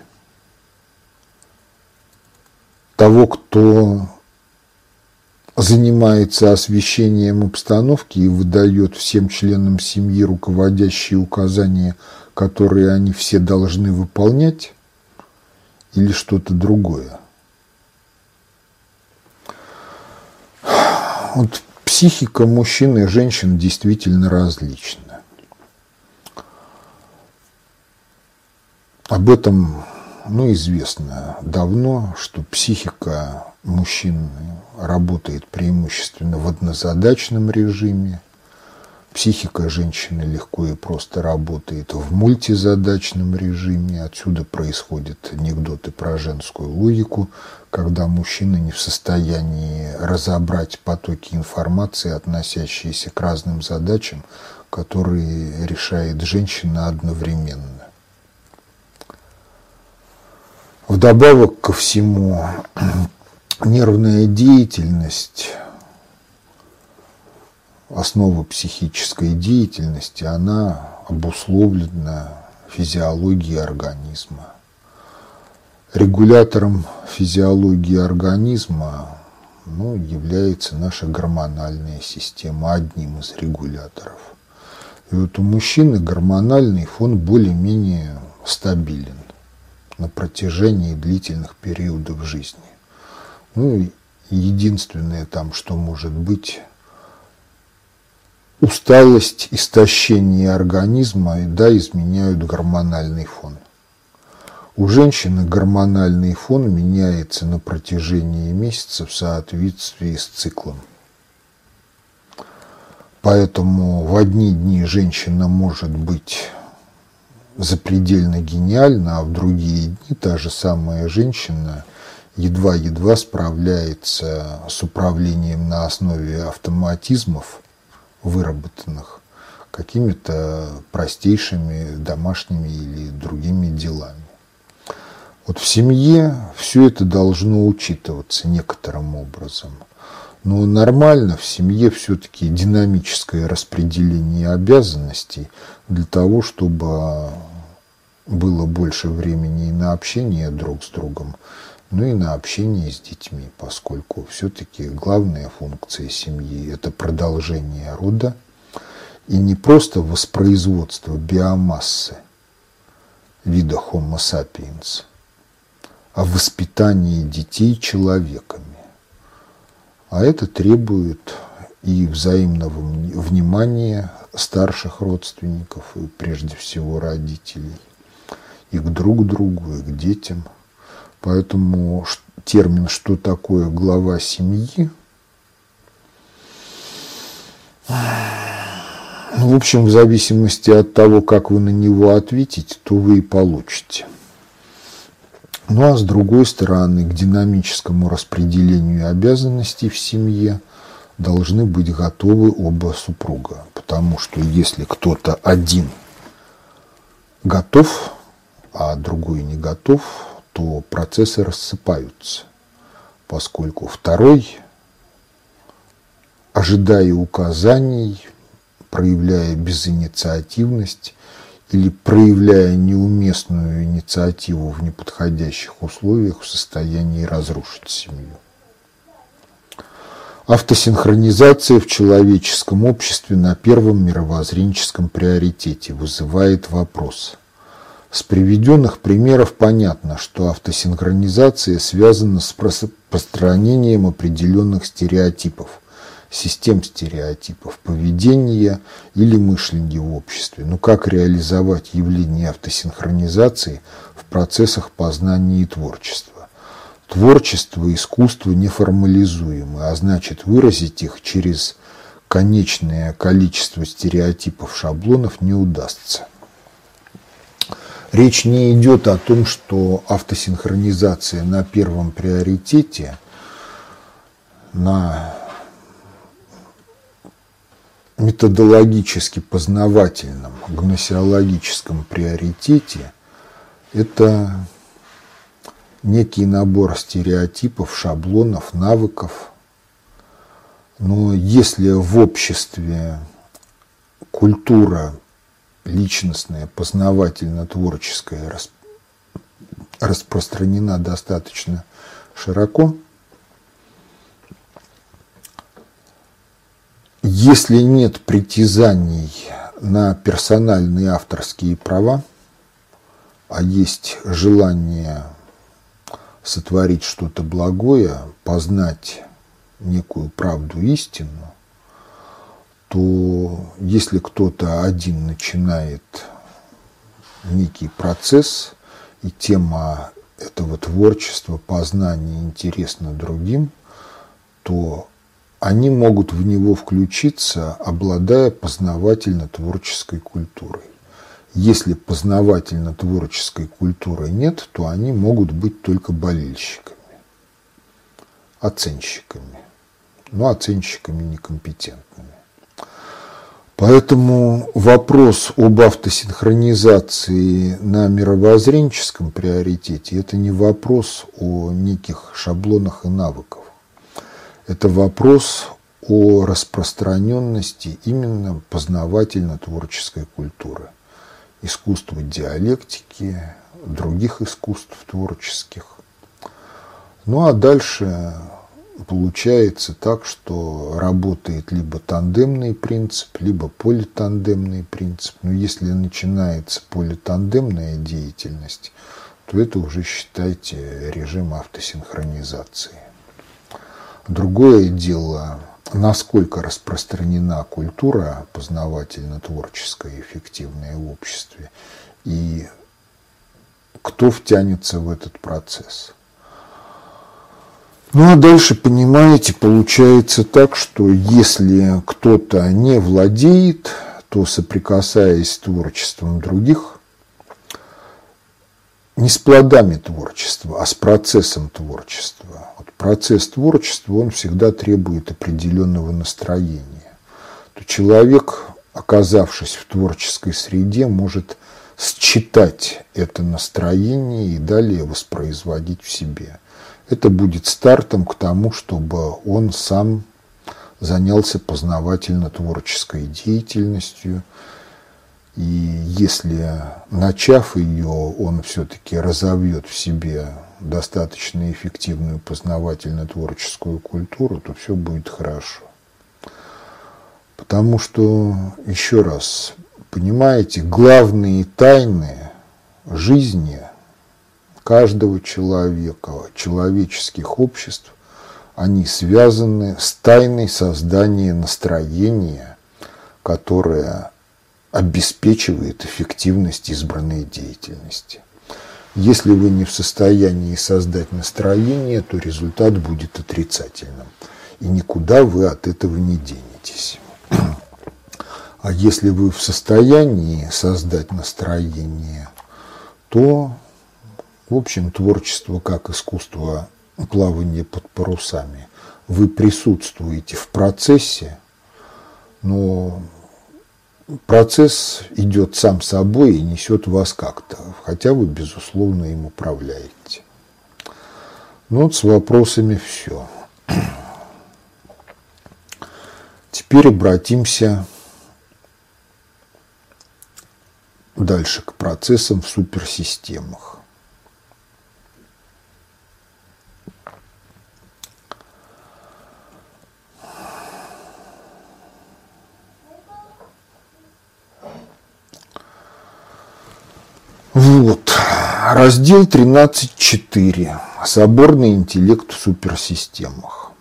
Того, кто занимается освещением обстановки и выдает всем членам семьи руководящие указания, которые они все должны выполнять, или что-то другое? Вот психика мужчин и женщин действительно различна. Об этом, ну, известно давно, что психика мужчин работает преимущественно в однозадачном режиме. Психика женщины легко и просто работает в мультизадачном режиме. Отсюда происходят анекдоты про женскую логику, когда мужчина не в состоянии разобрать потоки информации, относящиеся к разным задачам, которые решает женщина одновременно. Вдобавок ко всему, нервная деятельность основа психической деятельности, она обусловлена физиологией организма. Регулятором физиологии организма ну, является наша гормональная система, одним из регуляторов. И вот у мужчины гормональный фон более-менее стабилен на протяжении длительных периодов жизни. Ну, единственное там, что может быть, усталость, истощение организма, да, изменяют гормональный фон. У женщины гормональный фон меняется на протяжении месяцев в соответствии с циклом. Поэтому в одни дни женщина может быть запредельно гениальна, а в другие дни та же самая женщина едва-едва справляется с управлением на основе автоматизмов, выработанных какими-то простейшими домашними или другими делами. Вот в семье все это должно учитываться некоторым образом. Но нормально в семье все-таки динамическое распределение обязанностей для того, чтобы было больше времени и на общение друг с другом, ну и на общение с детьми, поскольку все-таки главная функция семьи – это продолжение рода и не просто воспроизводство биомассы вида Homo sapiens, а воспитание детей человеками. А это требует и взаимного внимания старших родственников, и прежде всего родителей, и к друг другу, и к детям. Поэтому термин «что такое глава семьи» ну, в общем, в зависимости от того, как вы на него ответите, то вы и получите. Ну а с другой стороны, к динамическому распределению обязанностей в семье должны быть готовы оба супруга. Потому что если кто-то один готов, а другой не готов, то процессы рассыпаются. Поскольку второй, ожидая указаний, проявляя безинициативность, или проявляя неуместную инициативу в неподходящих условиях, в состоянии разрушить семью. Автосинхронизация в человеческом обществе на первом мировоззренческом приоритете вызывает вопрос. С приведенных примеров понятно, что автосинхронизация связана с распространением определенных стереотипов, систем стереотипов поведения или мышления в обществе. Но как реализовать явление автосинхронизации в процессах познания и творчества? Творчество и искусство неформализуемы, а значит выразить их через конечное количество стереотипов, шаблонов не удастся. Речь не идет о том, что автосинхронизация на первом приоритете, на методологически познавательном, гносеологическом приоритете – это некий набор стереотипов, шаблонов, навыков. Но если в обществе культура личностная, познавательно-творческая распространена достаточно широко, если нет притязаний на персональные авторские права, а есть желание сотворить что-то благое, познать некую правду, истину, то если кто-то один начинает некий процесс, и тема этого творчества, познания интересна другим, то они могут в него включиться, обладая познавательно-творческой культурой. Если познавательно-творческой культуры нет, то они могут быть только болельщиками, оценщиками, но оценщиками некомпетентными. Поэтому вопрос об автосинхронизации на мировоззренческом приоритете – это не вопрос о неких шаблонах и навыках. Это вопрос о распространенности именно познавательно-творческой культуры, искусства диалектики, других искусств творческих. Ну а дальше получается так, что работает либо тандемный принцип, либо политандемный принцип. Но если начинается политандемная деятельность, то это уже, считайте, режим автосинхронизации. Другое дело, насколько распространена культура познавательно-творческая, эффективная в обществе, и кто втянется в этот процесс. Ну а дальше, понимаете, получается так, что если кто-то не владеет, то, соприкасаясь с творчеством других, не с плодами творчества, а с процессом творчества. Вот процесс творчества, он всегда требует определенного настроения. То человек, оказавшись в творческой среде, может считать это настроение и далее воспроизводить в себе. Это будет стартом к тому, чтобы он сам занялся познавательно-творческой деятельностью. И если, начав ее, он все-таки разовьет в себе достаточно эффективную познавательно-творческую культуру, то все будет хорошо. Потому что, еще раз, понимаете, главные тайны жизни каждого человека, человеческих обществ, они связаны с тайной создания настроения, которое обеспечивает эффективность избранной деятельности. Если вы не в состоянии создать настроение, то результат будет отрицательным. И никуда вы от этого не денетесь. А если вы в состоянии создать настроение, то, в общем, творчество как искусство плавания под парусами. Вы присутствуете в процессе, но процесс идет сам собой и несет вас как-то, хотя вы, безусловно, им управляете. Ну вот с вопросами все. Теперь обратимся дальше к процессам в суперсистемах. Вот, раздел тринадцать точка четыре. Соборный интеллект в суперсистемах.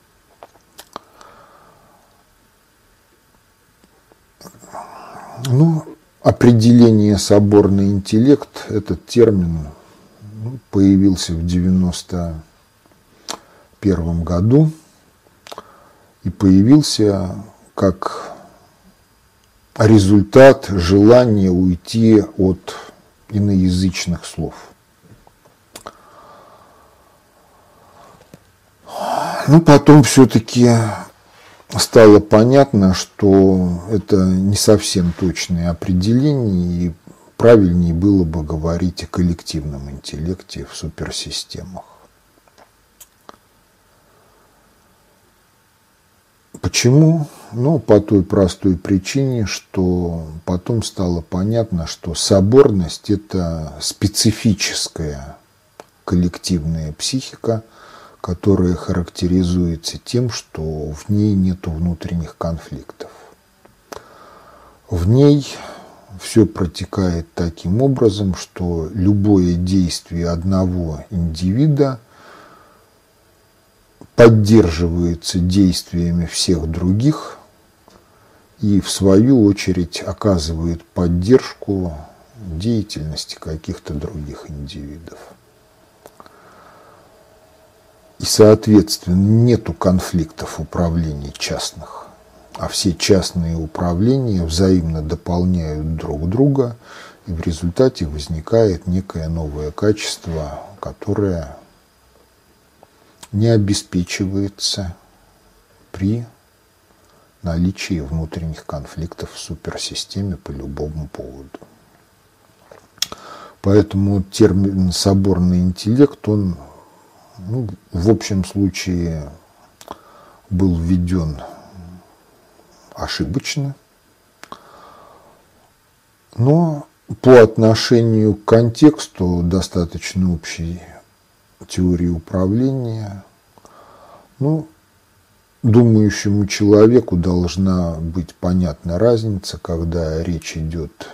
Ну, определение соборный интеллект, этот термин появился в девяносто первом году и появился как результат желания уйти от иноязычных слов. Ну, потом все-таки стало понятно, что это не совсем точное определение, и правильнее было бы говорить о коллективном интеллекте в суперсистемах. Почему? Ну, по той простой причине, что потом стало понятно, что соборность – это специфическая коллективная психика, которая характеризуется тем, что в ней нет внутренних конфликтов. В ней все протекает таким образом, что любое действие одного индивида поддерживается действиями всех других и, в свою очередь, оказывает поддержку деятельности каких-то других индивидов. И, соответственно, нету конфликтов управлений частных, а все частные управления взаимно дополняют друг друга, и в результате возникает некое новое качество, которое не обеспечивается при наличии внутренних конфликтов в суперсистеме по любому поводу. Поэтому термин «соборный интеллект», он, ну, в общем случае был введен ошибочно. Но по отношению к контексту достаточно общей теории управления, ну, думающему человеку должна быть понятна разница, когда речь идет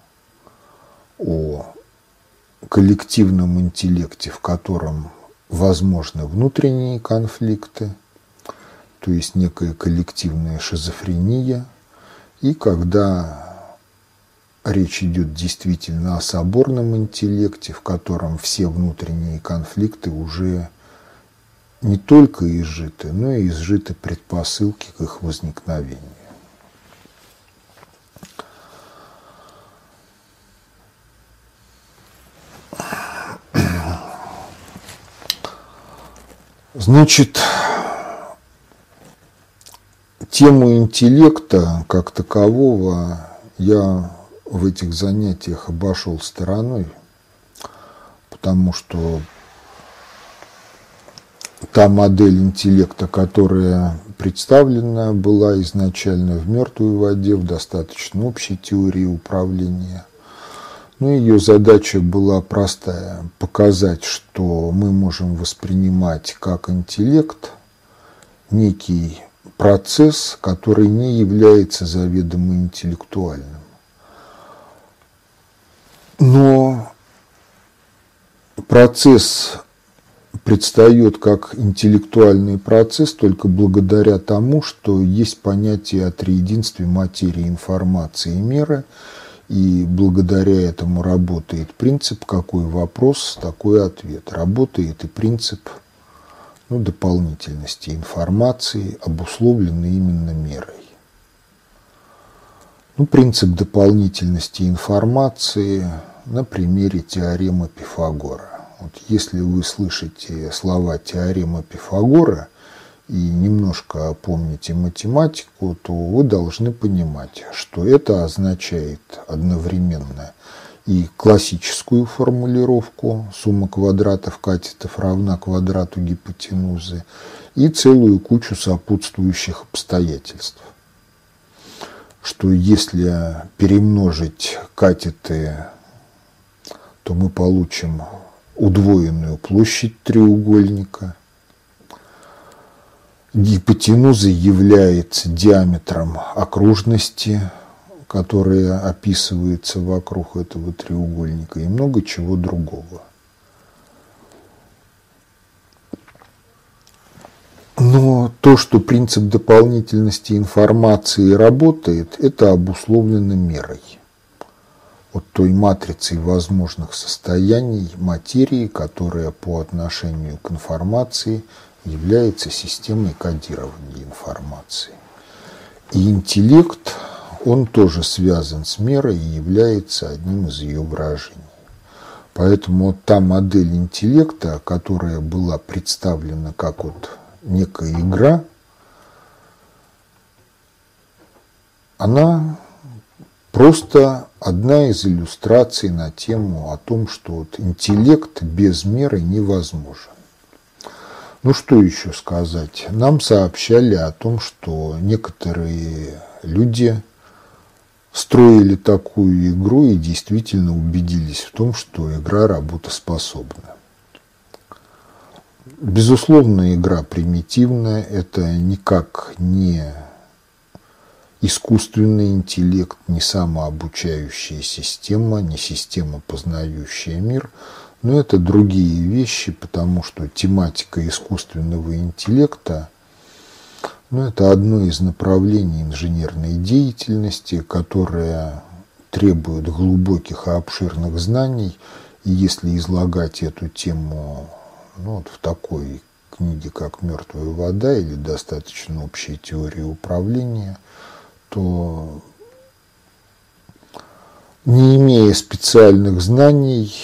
о коллективном интеллекте, в котором возможны внутренние конфликты, то есть некая коллективная шизофрения, и когда речь идет действительно о соборном интеллекте, в котором все внутренние конфликты уже не только изжиты, но и изжиты предпосылки к их возникновению. Значит, тему интеллекта как такового я в этих занятиях обошел стороной, потому что та модель интеллекта, которая представлена была изначально в «Мертвой воде», в достаточно общей теории управления, но ее задача была простая – показать, что мы можем воспринимать как интеллект некий процесс, который не является заведомо интеллектуальным. Но процесс предстает как интеллектуальный процесс только благодаря тому, что есть понятие о триединстве материи, информации и меры, и благодаря этому работает принцип «какой вопрос, такой ответ». Работает и принцип ну, дополнительности информации, обусловленный именно мерой. Ну, принцип дополнительности информации на примере теоремы Пифагора. Вот если вы слышите слова теорема Пифагора и немножко помните математику, то вы должны понимать, что это означает одновременно и классическую формулировку сумма квадратов катетов равна квадрату гипотенузы и целую кучу сопутствующих обстоятельств. Что если перемножить катеты, то мы получим удвоенную площадь треугольника. Гипотенуза является диаметром окружности, которая описывается вокруг этого треугольника, и много чего другого. Но то, что принцип дополнительности информации работает, это обусловлено мерой. Вот той матрицей возможных состояний материи, которая по отношению к информации является системой кодирования информации. И интеллект, он тоже связан с мерой и является одним из ее выражений. Поэтому вот та модель интеллекта, которая была представлена как вот некая игра, она просто одна из иллюстраций на тему о том, что вот интеллект без меры невозможен. Ну что еще сказать? Нам сообщали о том, что некоторые люди строили такую игру и действительно убедились в том, что игра работоспособна. Безусловно, игра примитивная, это никак не искусственный интеллект, не самообучающая система, не система, познающая мир, но это другие вещи, потому что тематика искусственного интеллекта, ну, это одно из направлений инженерной деятельности, которое требует глубоких и обширных знаний, и если излагать эту тему ну, вот в такой книге, как «Мертвая вода» или достаточно общей теории управления, то, не имея специальных знаний,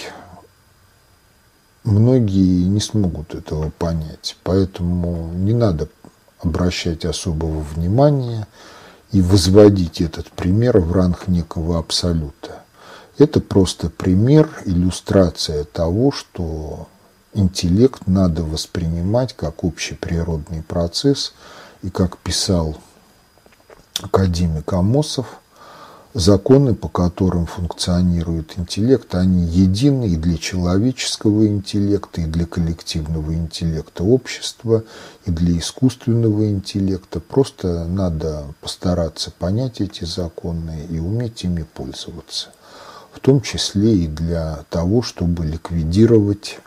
многие не смогут этого понять. Поэтому не надо обращать особого внимания и возводить этот пример в ранг некого абсолюта. Это просто пример, иллюстрация того, что интеллект надо воспринимать как общеприродный процесс, и как писал академик Амосов, законы, по которым функционирует интеллект, они едины и для человеческого интеллекта, и для коллективного интеллекта общества, и для искусственного интеллекта. Просто надо постараться понять эти законы и уметь ими пользоваться. В том числе и для того, чтобы ликвидировать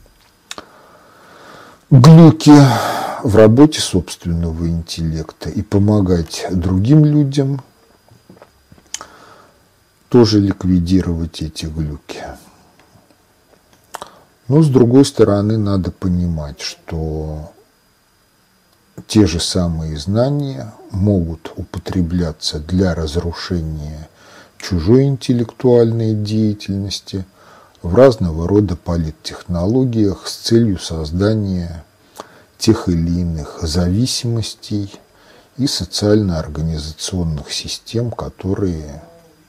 глюки в работе собственного интеллекта и помогать другим людям тоже ликвидировать эти глюки. Но с другой стороны, надо понимать, что те же самые знания могут употребляться для разрушения чужой интеллектуальной деятельности в разного рода политтехнологиях с целью создания тех или иных зависимостей и социально-организационных систем, которые,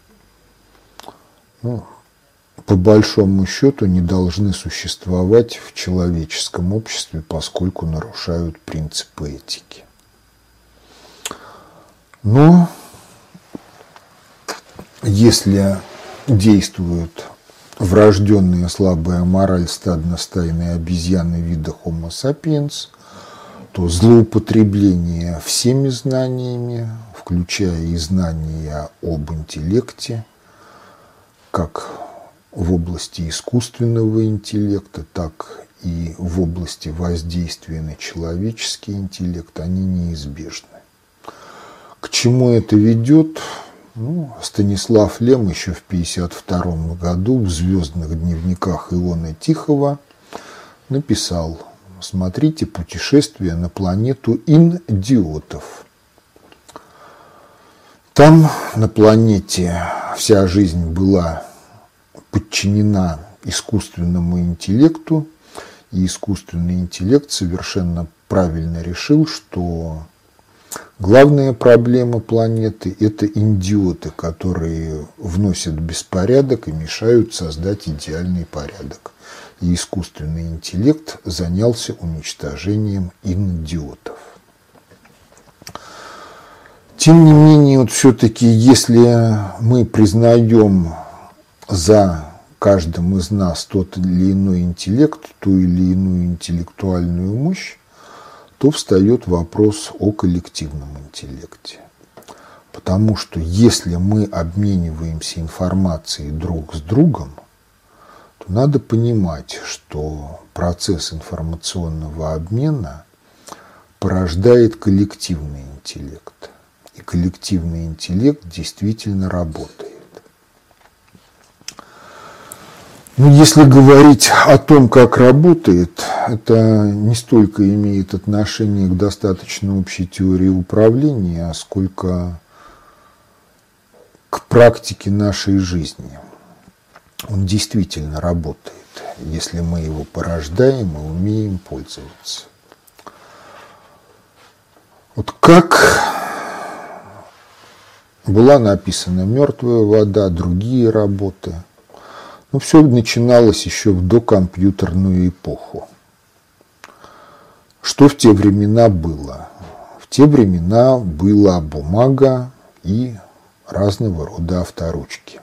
ну, по большому счету не должны существовать в человеческом обществе, поскольку нарушают принципы этики. Но если действует врожденная слабая мораль стадно-стайной обезьяны вида Homo sapiens, то злоупотребление всеми знаниями, включая и знания об интеллекте, как в области искусственного интеллекта, так и в области воздействия на человеческий интеллект, они неизбежны. К чему это ведет? Ну, Станислав Лем еще в тысяча девятьсот пятьдесят втором году в «Звездных дневниках» Иона Тихого написал: смотрите «Путешествие на планету идиотов». Там, на планете, вся жизнь была подчинена искусственному интеллекту, и искусственный интеллект совершенно правильно решил, что главная проблема планеты – это идиоты, которые вносят беспорядок и мешают создать идеальный порядок. И искусственный интеллект занялся уничтожением идиотов. Тем не менее, вот все-таки, если мы признаем за каждым из нас тот или иной интеллект, ту или иную интеллектуальную мощь, то встает вопрос о коллективном интеллекте. Потому что если мы обмениваемся информацией друг с другом, то надо понимать, что процесс информационного обмена порождает коллективный интеллект. И коллективный интеллект действительно работает. Но если говорить о том, как работает, это не столько имеет отношение к достаточно общей теории управления, сколько к практике нашей жизни. Он действительно работает, если мы его порождаем и умеем пользоваться. Вот как была написана «Мертвая вода», другие работы. Но все начиналось еще в докомпьютерную эпоху. Что в те времена было? В те времена была бумага и разного рода авторучки.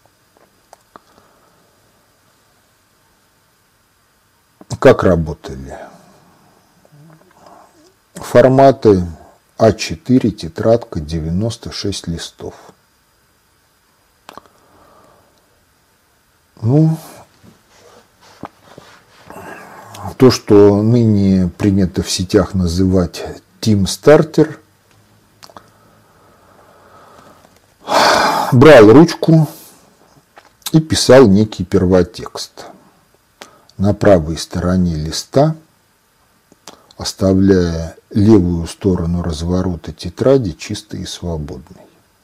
Как работали? Форматы а четыре, тетрадка, девяносто шесть листов. Ну, то, что ныне принято в сетях называть TeamStarter, брал ручку и писал некий первотекст. На правой стороне листа, оставляя левую сторону разворота тетради чистой и свободной.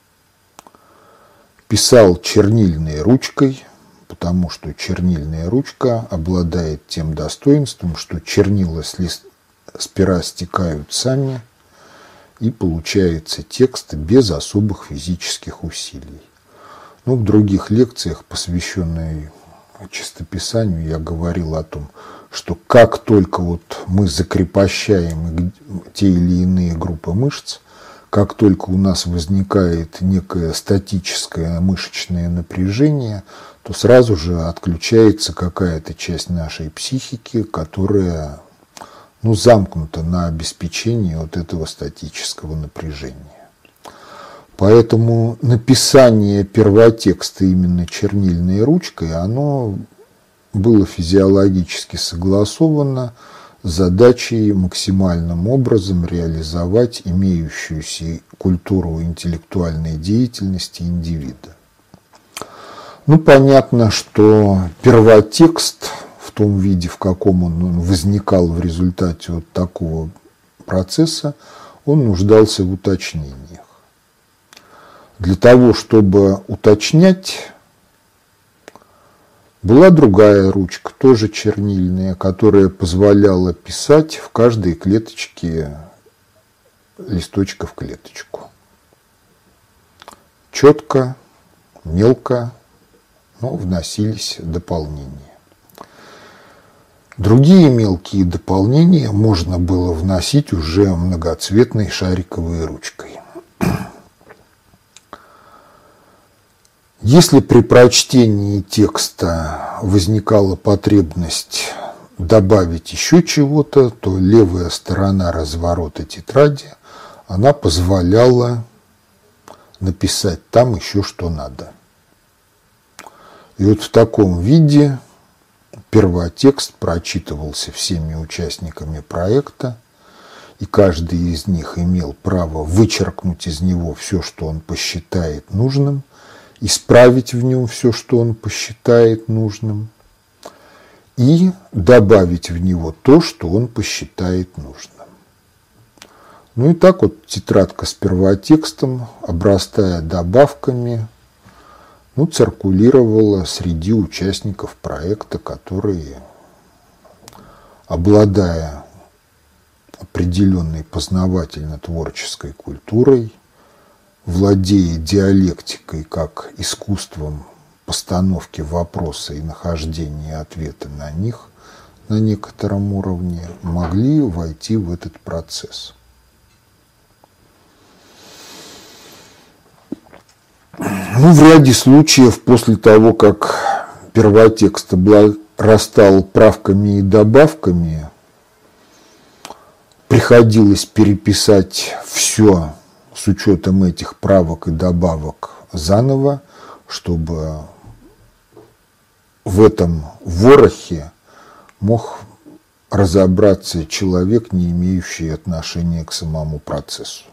Писал чернильной ручкой, потому что чернильная ручка обладает тем достоинством, что чернила с, лист, с пера стекают сами, и получается текст без особых физических усилий. Но в других лекциях, посвященных чистописанию, я говорил о том, что как только вот мы закрепощаем те или иные группы мышц, как только у нас возникает некое статическое мышечное напряжение, то сразу же отключается какая-то часть нашей психики, которая, ну, замкнута на обеспечении вот этого статического напряжения. Поэтому написание первотекста именно чернильной ручкой, оно было физиологически согласовано с задачей максимальным образом реализовать имеющуюся культуру интеллектуальной деятельности индивида. Ну, понятно, что первотекст в том виде, в каком он возникал в результате вот такого процесса, он нуждался в уточнениях. Для того, чтобы уточнять, была другая ручка, тоже чернильная, которая позволяла писать в каждой клеточке листочка в клеточку. Четко, мелко, но вносились дополнения. Другие мелкие дополнения можно было вносить уже многоцветной шариковой ручкой. Если при прочтении текста возникала потребность добавить еще чего-то, то левая сторона разворота тетради, она позволяла написать там еще что надо. И вот в таком виде первотекст прочитывался всеми участниками проекта, и каждый из них имел право вычеркнуть из него все, что он посчитает нужным, исправить в нем все, что он посчитает нужным, и добавить в него то, что он посчитает нужным. Ну и так вот тетрадка с первотекстом, обрастая добавками, ну, циркулировала среди участников проекта, которые, обладая определенной познавательно-творческой культурой, владея диалектикой как искусством постановки вопроса и нахождения ответа на них на некотором уровне, могли войти в этот процесс. Ну, в ряде случаев, после того, как первотекст обрастал правками и добавками, приходилось переписать все с учетом этих правок и добавок заново, чтобы в этом ворохе мог разобраться человек, не имеющий отношения к самому процессу.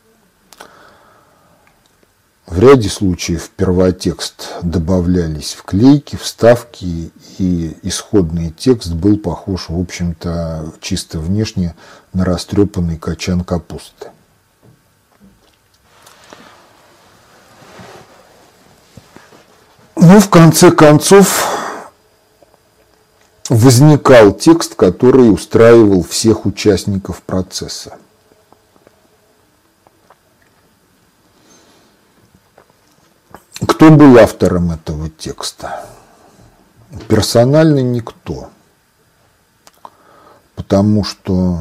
В ряде случаев в первотекст добавлялись вклейки, вставки, и исходный текст был похож, в общем-то, чисто внешне на растрепанный качан капусты. Ну, в конце концов, возникал текст, который устраивал всех участников процесса. Кто был автором этого текста? Персонально никто. Потому что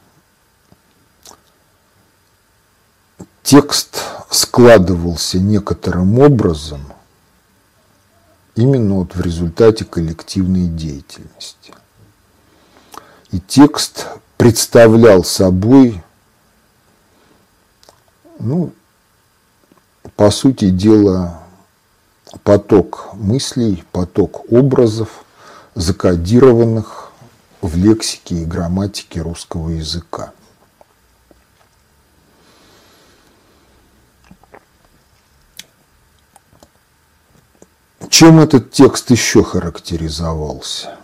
текст складывался некоторым образом именно вот в результате коллективной деятельности. И текст представлял собой, ну, по сути дела, поток мыслей, поток образов, закодированных в лексике и грамматике русского языка. Чем этот текст еще характеризовался?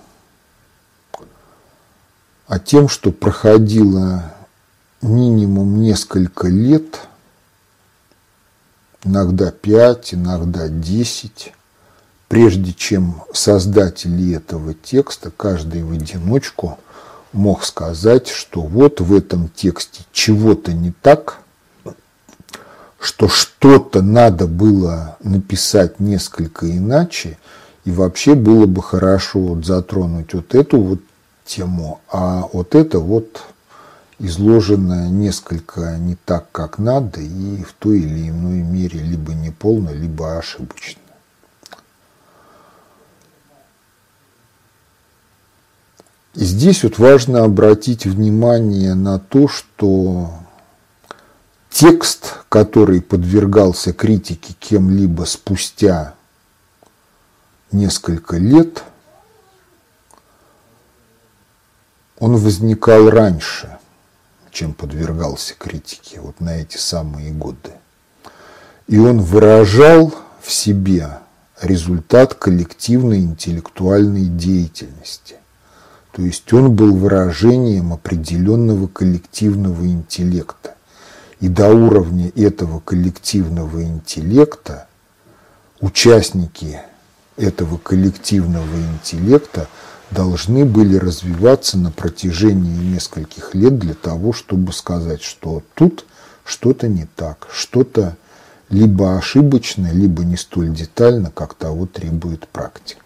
А тем, что проходило минимум несколько лет, иногда пять, иногда десять, прежде чем создатели этого текста, каждый в одиночку, мог сказать, что вот в этом тексте чего-то не так, что что-то надо было написать несколько иначе, и вообще было бы хорошо вот затронуть вот эту вот тему, а вот это вот изложено несколько не так, как надо, и в той или иной мере либо неполно, либо ошибочно. И здесь вот важно обратить внимание на то, что текст, который подвергался критике кем-либо спустя несколько лет, он возникал раньше, чем подвергался критике, вот на эти самые годы. И он выражал в себе результат коллективной интеллектуальной деятельности. То есть он был выражением определенного коллективного интеллекта. И до уровня этого коллективного интеллекта участники этого коллективного интеллекта должны были развиваться на протяжении нескольких лет для того, чтобы сказать, что тут что-то не так, что-то либо ошибочно, либо не столь детально, как того требует практика.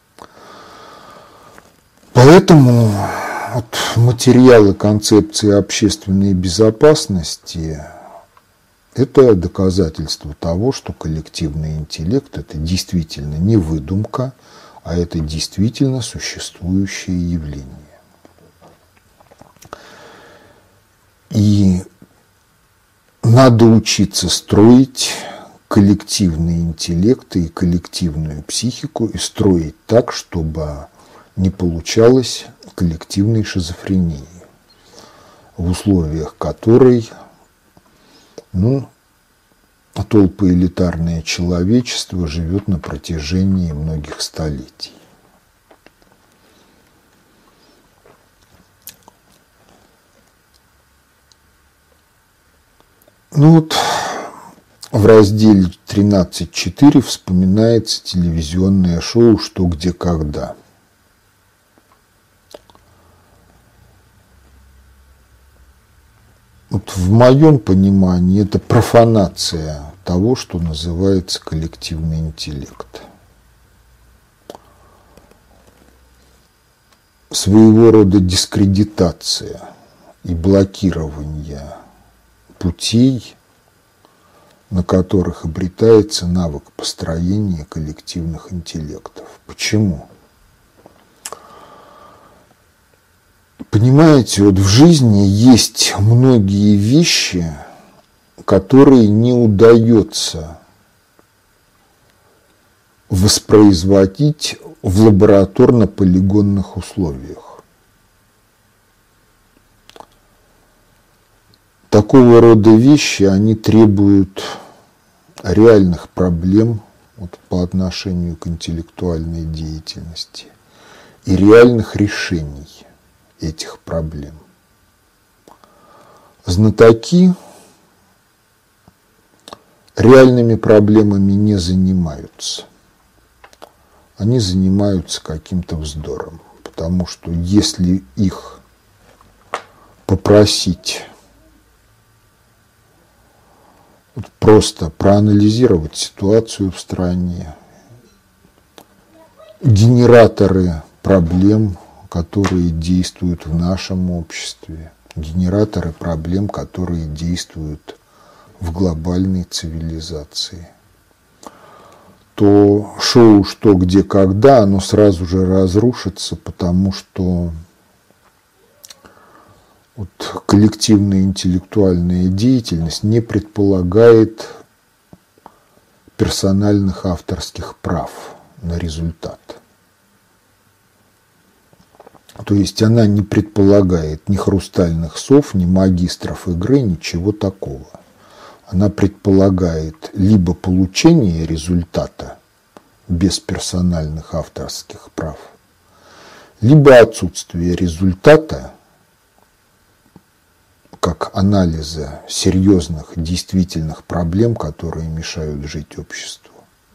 Поэтому вот материалы концепции общественной безопасности – это доказательство того, что коллективный интеллект – это действительно не выдумка, а это действительно существующее явление. И надо учиться строить коллективный интеллект и коллективную психику и строить так, чтобы не получалось коллективной шизофрении, в условиях которой ну, толпа элитарное человечество живет на протяжении многих столетий. Ну вот в разделе тринадцать точка четыре вспоминается телевизионное шоу «Что, где, когда». Вот в моем понимании это профанация того, что называется коллективный интеллект. Своего рода дискредитация и блокирование путей, на которых обретается навык построения коллективных интеллектов. Почему? Понимаете, вот в жизни есть многие вещи, которые не удается воспроизводить в лабораторно-полигонных условиях. Такого рода вещи, они требуют реальных проблем вот, по отношению к интеллектуальной деятельности и реальных решений этих проблем. Знатоки реальными проблемами не занимаются. Они занимаются каким-то вздором, потому что если их попросить просто проанализировать ситуацию в стране, генераторы проблем, которые действуют в нашем обществе, генераторы проблем, которые действуют в глобальной цивилизации, то шоу «Что, где, когда» оно сразу же разрушится, потому что вот коллективная интеллектуальная деятельность не предполагает персональных авторских прав на результат. То есть она не предполагает ни хрустальных сов, ни магистров игры, ничего такого. Она предполагает либо получение результата без персональных авторских прав, либо отсутствие результата как анализа серьезных, действительных проблем, которые мешают жить обществу.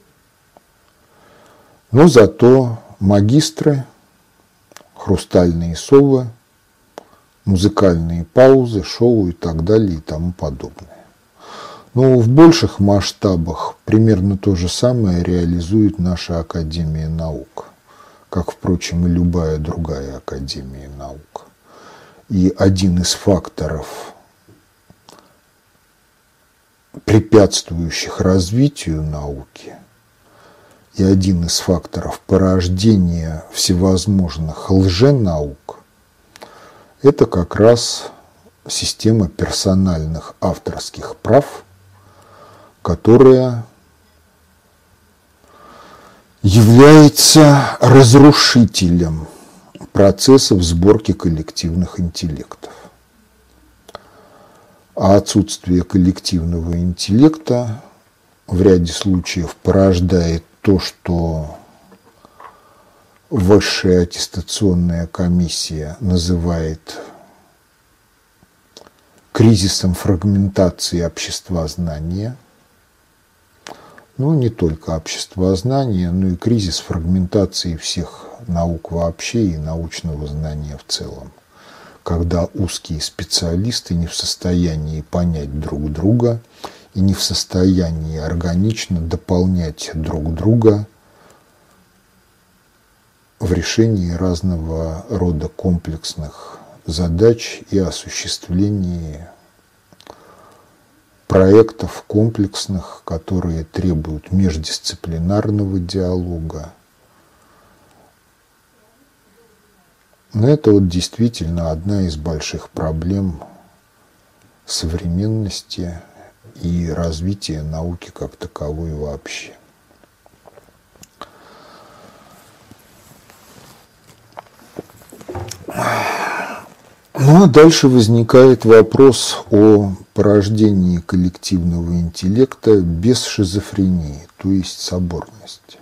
Но зато магистры, хрустальные совы, музыкальные паузы, шоу и так далее и тому подобное. Но в больших масштабах примерно то же самое реализует наша Академия наук, как, впрочем, и любая другая Академия наук. И один из факторов, препятствующих развитию науки, и один из факторов порождения всевозможных лженаук, это как раз система персональных авторских прав, которая является разрушителем процессов сборки коллективных интеллектов. А отсутствие коллективного интеллекта в ряде случаев порождает то, что Высшая аттестационная комиссия называет кризисом фрагментации обществознания. Ну, не только обществознания, но и кризис фрагментации всех наук вообще и научного знания в целом. Когда узкие специалисты не в состоянии понять друг друга и не в состоянии органично дополнять друг друга в решении разного рода комплексных задач и осуществлении проектов комплексных, которые требуют междисциплинарного диалога. Но это вот действительно одна из больших проблем современности и развития науки как таковой вообще. Ну а дальше возникает вопрос о порождении коллективного интеллекта без шизофрении, то есть соборности,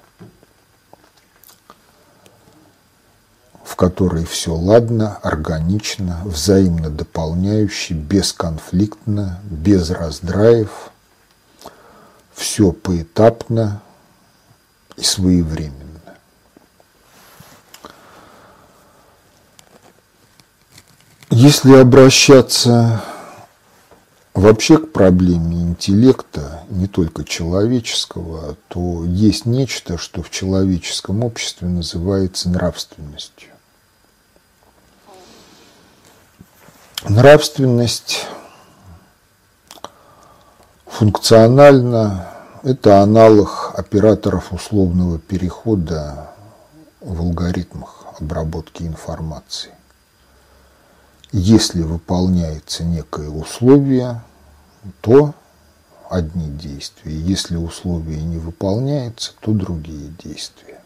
в которой все ладно, органично, взаимно дополняюще, бесконфликтно, без раздраев, все поэтапно и своевременно. Если обращаться вообще к проблеме интеллекта, не только человеческого, то есть нечто, что в человеческом обществе называется нравственностью. Нравственность функционально – это аналог операторов условного перехода в алгоритмах обработки информации. Если выполняется некое условие, то одни действия. Если условие не выполняется, то другие действия.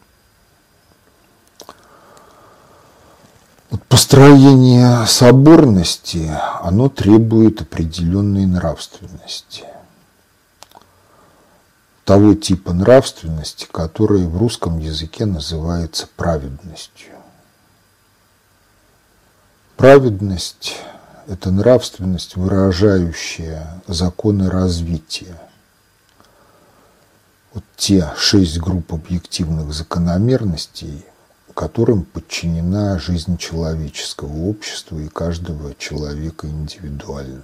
Вот построение соборности, оно требует определенной нравственности. Того типа нравственности, которая в русском языке называется праведностью. Праведность – это нравственность, выражающая законы развития. Вот те шесть групп объективных закономерностей, которым подчинена жизнь человеческого общества и каждого человека индивидуально.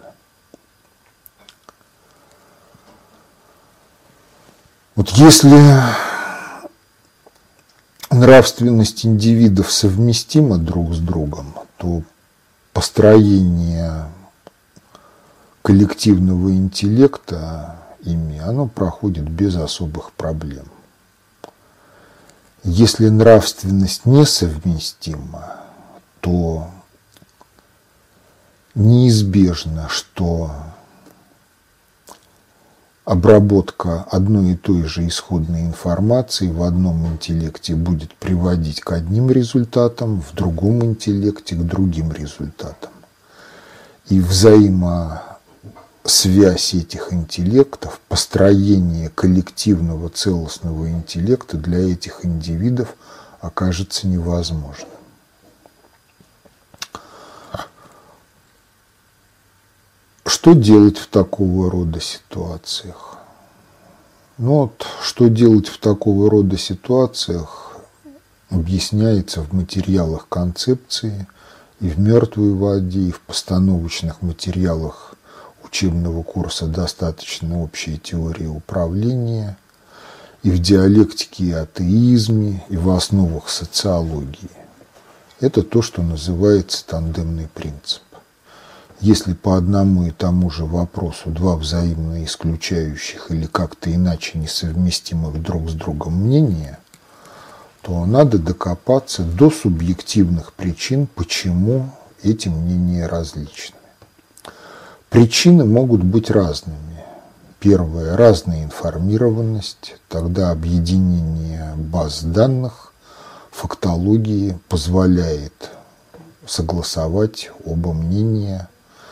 Вот если нравственность индивидов совместима друг с другом, то построение коллективного интеллекта ими, оно проходит без особых проблем. Если нравственность несовместима, то неизбежно, что обработка одной и той же исходной информации в одном интеллекте будет приводить к одним результатам, в другом интеллекте к другим результатам. И взаимосвязь этих интеллектов, построение коллективного целостного интеллекта для этих индивидов окажется невозможным. Что делать в такого рода ситуациях? Ну вот, что делать в такого рода ситуациях, объясняется в материалах концепции, и в «Мертвой воде», и в постановочных материалах учебного курса «Достаточно общей теории управления», и в диалектике и атеизме, и в основах социологии. Это то, что называется тандемный принцип. Если по одному и тому же вопросу два взаимно исключающих или как-то иначе несовместимых друг с другом мнения, то надо докопаться до субъективных причин, почему эти мнения различны. Причины могут быть разными. Первое – разная информированность, тогда объединение баз данных, фактологии позволяет согласовать оба мнения.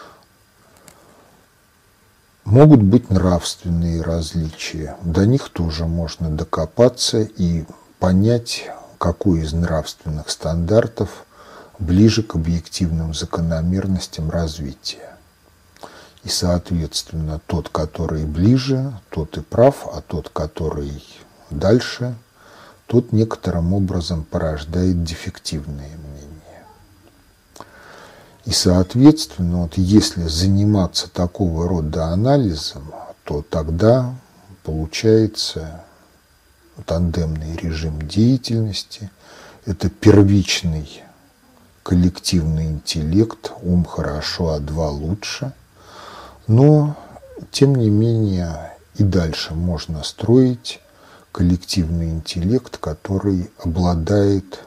Могут быть нравственные различия, до них тоже можно докопаться и понять, какой из нравственных стандартов ближе к объективным закономерностям развития. И, соответственно, тот, который ближе, тот и прав, а тот, который дальше, тот некоторым образом порождает дефективные мнения. И, соответственно, вот если заниматься такого рода анализом, то тогда получается тандемный режим деятельности. Это первичный коллективный интеллект, ум хорошо, а два лучше. Но, тем не менее, и дальше можно строить коллективный интеллект, который обладает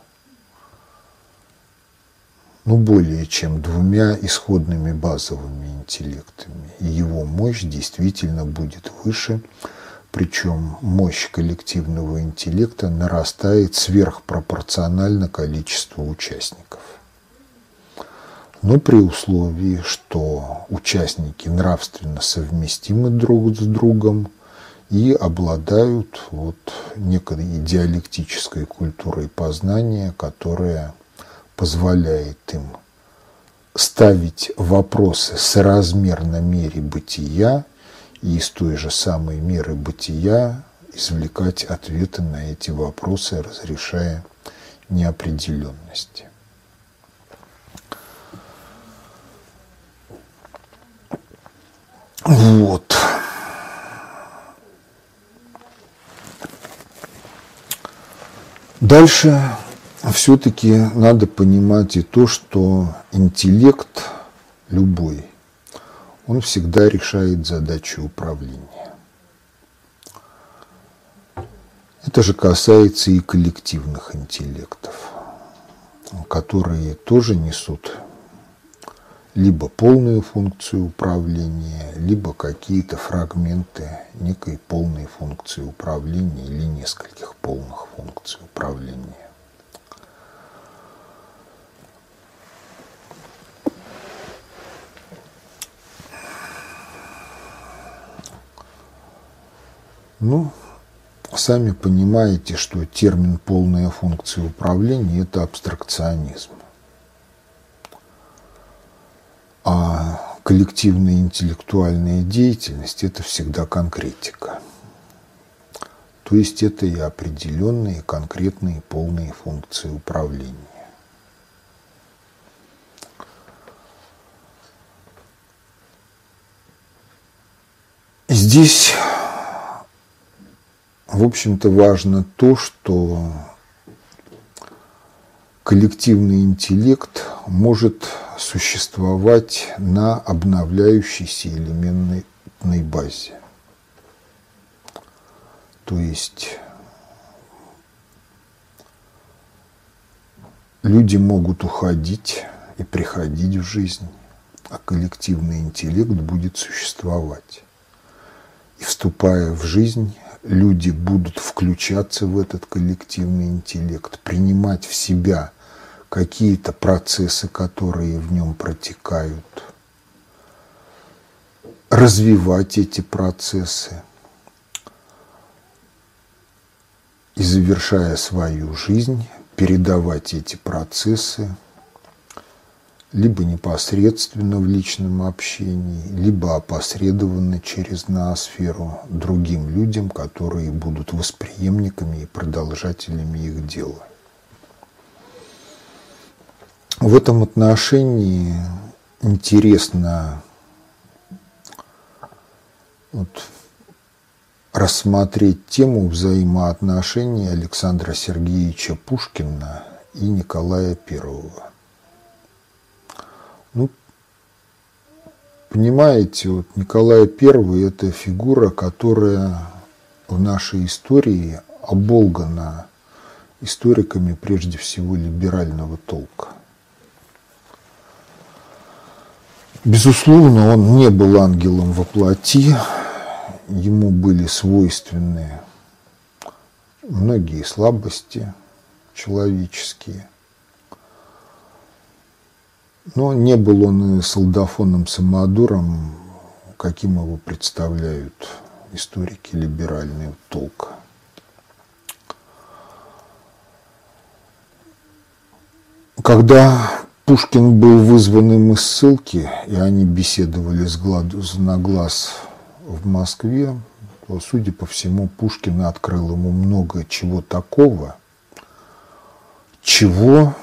ну, более чем двумя исходными базовыми интеллектами. И его мощь действительно будет выше, причем мощь коллективного интеллекта нарастает сверхпропорционально количеству участников. Но при условии, что участники нравственно совместимы друг с другом и обладают вот некой диалектической культурой познания, которая позволяет им ставить вопросы соразмерно мере бытия и из той же самой меры бытия извлекать ответы на эти вопросы, разрешая неопределенности. Вот. Дальше все-таки надо понимать и то, что интеллект любой, он всегда решает задачи управления. Это же касается и коллективных интеллектов, которые тоже несут либо полную функцию управления, либо какие-то фрагменты некой полной функции управления или нескольких полных функций управления. Ну, сами понимаете, что термин «полная функция управления» – это абстракционизм. А коллективная интеллектуальная деятельность – это всегда конкретика. То есть это и определенные, конкретные, полные функции управления. Здесь, в общем-то, важно то, что коллективный интеллект может существовать на обновляющейся элементной базе. То есть люди могут уходить и приходить в жизнь, а коллективный интеллект будет существовать. И вступая в жизнь, люди будут включаться в этот коллективный интеллект, принимать в себя какие-то процессы, которые в нем протекают, развивать эти процессы и, завершая свою жизнь, передавать эти процессы либо непосредственно в личном общении, либо опосредованно через ноосферу другим людям, которые будут восприемниками и продолжателями их дела. В этом отношении интересно вот рассмотреть тему взаимоотношений Александра Сергеевича Пушкина и Николая Первого. Ну, Понимаете, вот Николай Первый – это фигура, которая в нашей истории оболгана историками прежде всего либерального толка. Безусловно, он не был ангелом во плоти, ему были свойственны многие слабости человеческие. Но не был он и солдафоном-самодуром, каким его представляют историки либерального толка. Когда Пушкин был вызван им из ссылки, и они беседовали с глазу на глаз в Москве, то, судя по всему, Пушкин открыл ему много чего такого, чего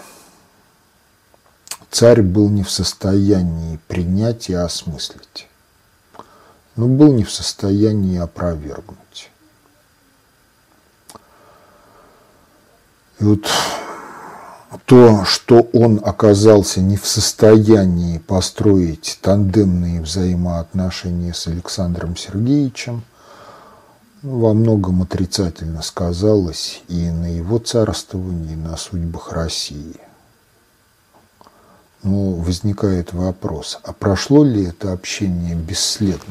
царь был не в состоянии принять и осмыслить, но был не в состоянии опровергнуть. И вот то, что он оказался не в состоянии построить тандемные взаимоотношения с Александром Сергеевичем, во многом отрицательно сказалось и на его царствовании, и на судьбах России. Но возникает вопрос, а прошло ли это общение бесследно?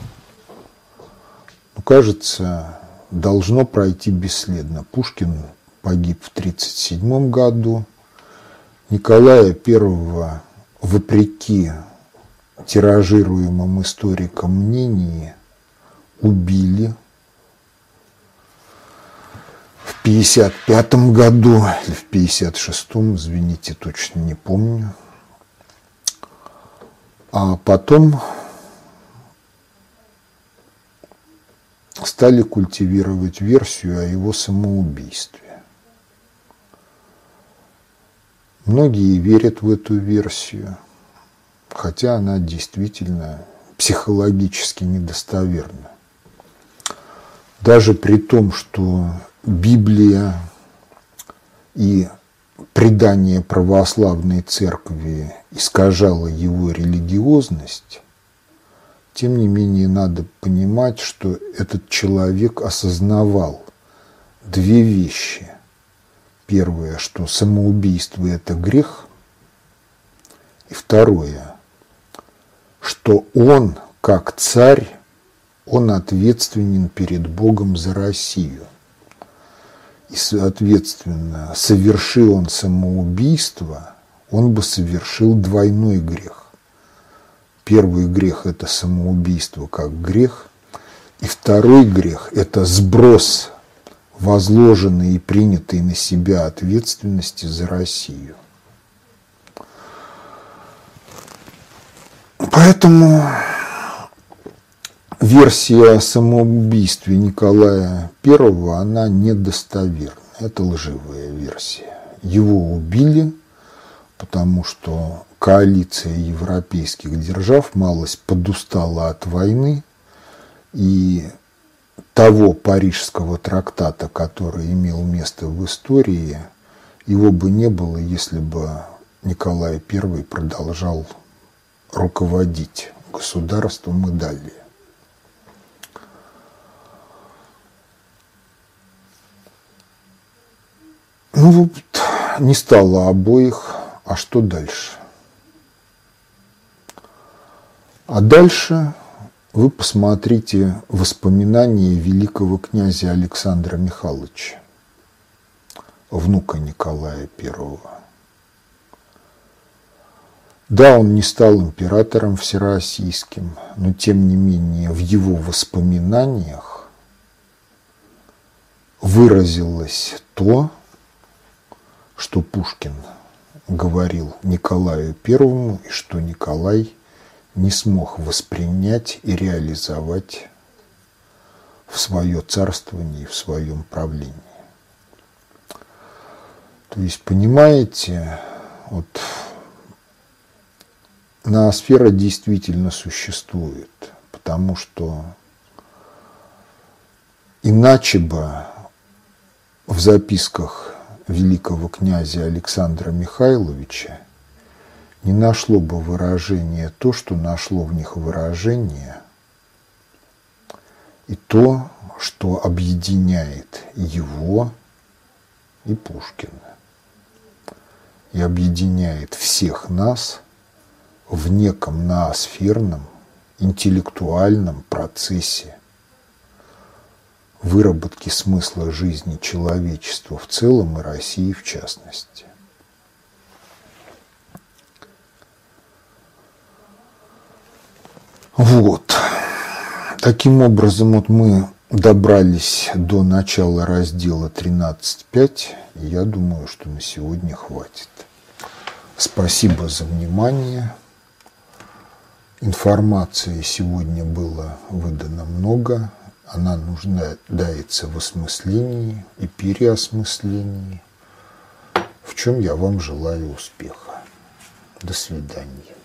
Ну, кажется, должно пройти бесследно. Пушкин погиб в тридцать седьмом году. Николая Первого, вопреки тиражируемым историкам мнению, убили в пятьдесят пятом году или в пятьдесят шестом, извините, точно не помню. А потом стали культивировать версию о его самоубийстве. Многие верят в эту версию, хотя она действительно психологически недостоверна. Даже при том, что Библия и предание православной церкви искажало его религиозность, тем не менее надо понимать, что этот человек осознавал две вещи. Первое, что самоубийство – это грех. И второе, что он, как царь, он ответственен перед Богом за Россию. И, соответственно, соверши он самоубийство, он бы совершил двойной грех. Первый грех – это самоубийство как грех. И второй грех – это сброс возложенной и принятой на себя ответственности за Россию. Поэтому версия о самоубийстве Николая Первого, она недостоверна. Это лживая версия. Его убили, потому что коалиция европейских держав малость подустала от войны, и того Парижского трактата, который имел место в истории, его бы не было, если бы Николай Первый продолжал руководить государством и далее. Ну вот, не стало обоих, а что дальше? А дальше вы посмотрите воспоминания великого князя Александра Михайловича, внука Николая Первого. Да, он не стал императором всероссийским, но тем не менее в его воспоминаниях выразилось то, что Пушкин говорил Николаю Первому, и что Николай не смог воспринять и реализовать в свое царствование и в своем правлении. То есть, понимаете, вот ноосфера действительно существует, потому что иначе бы в записках великого князя Александра Михайловича не нашло бы выражения то, что нашло в них выражение, и то, что объединяет его и Пушкина, и объединяет всех нас в неком ноосферном интеллектуальном процессе выработки смысла жизни человечества в целом и России в частности. Вот. Таким образом, вот мы добрались до начала раздела тринадцать пять, и я думаю, что на сегодня хватит. Спасибо за внимание. Информации сегодня было выдано много. Она нуждается в осмыслении и переосмыслении, в чем я вам желаю успеха. До свидания.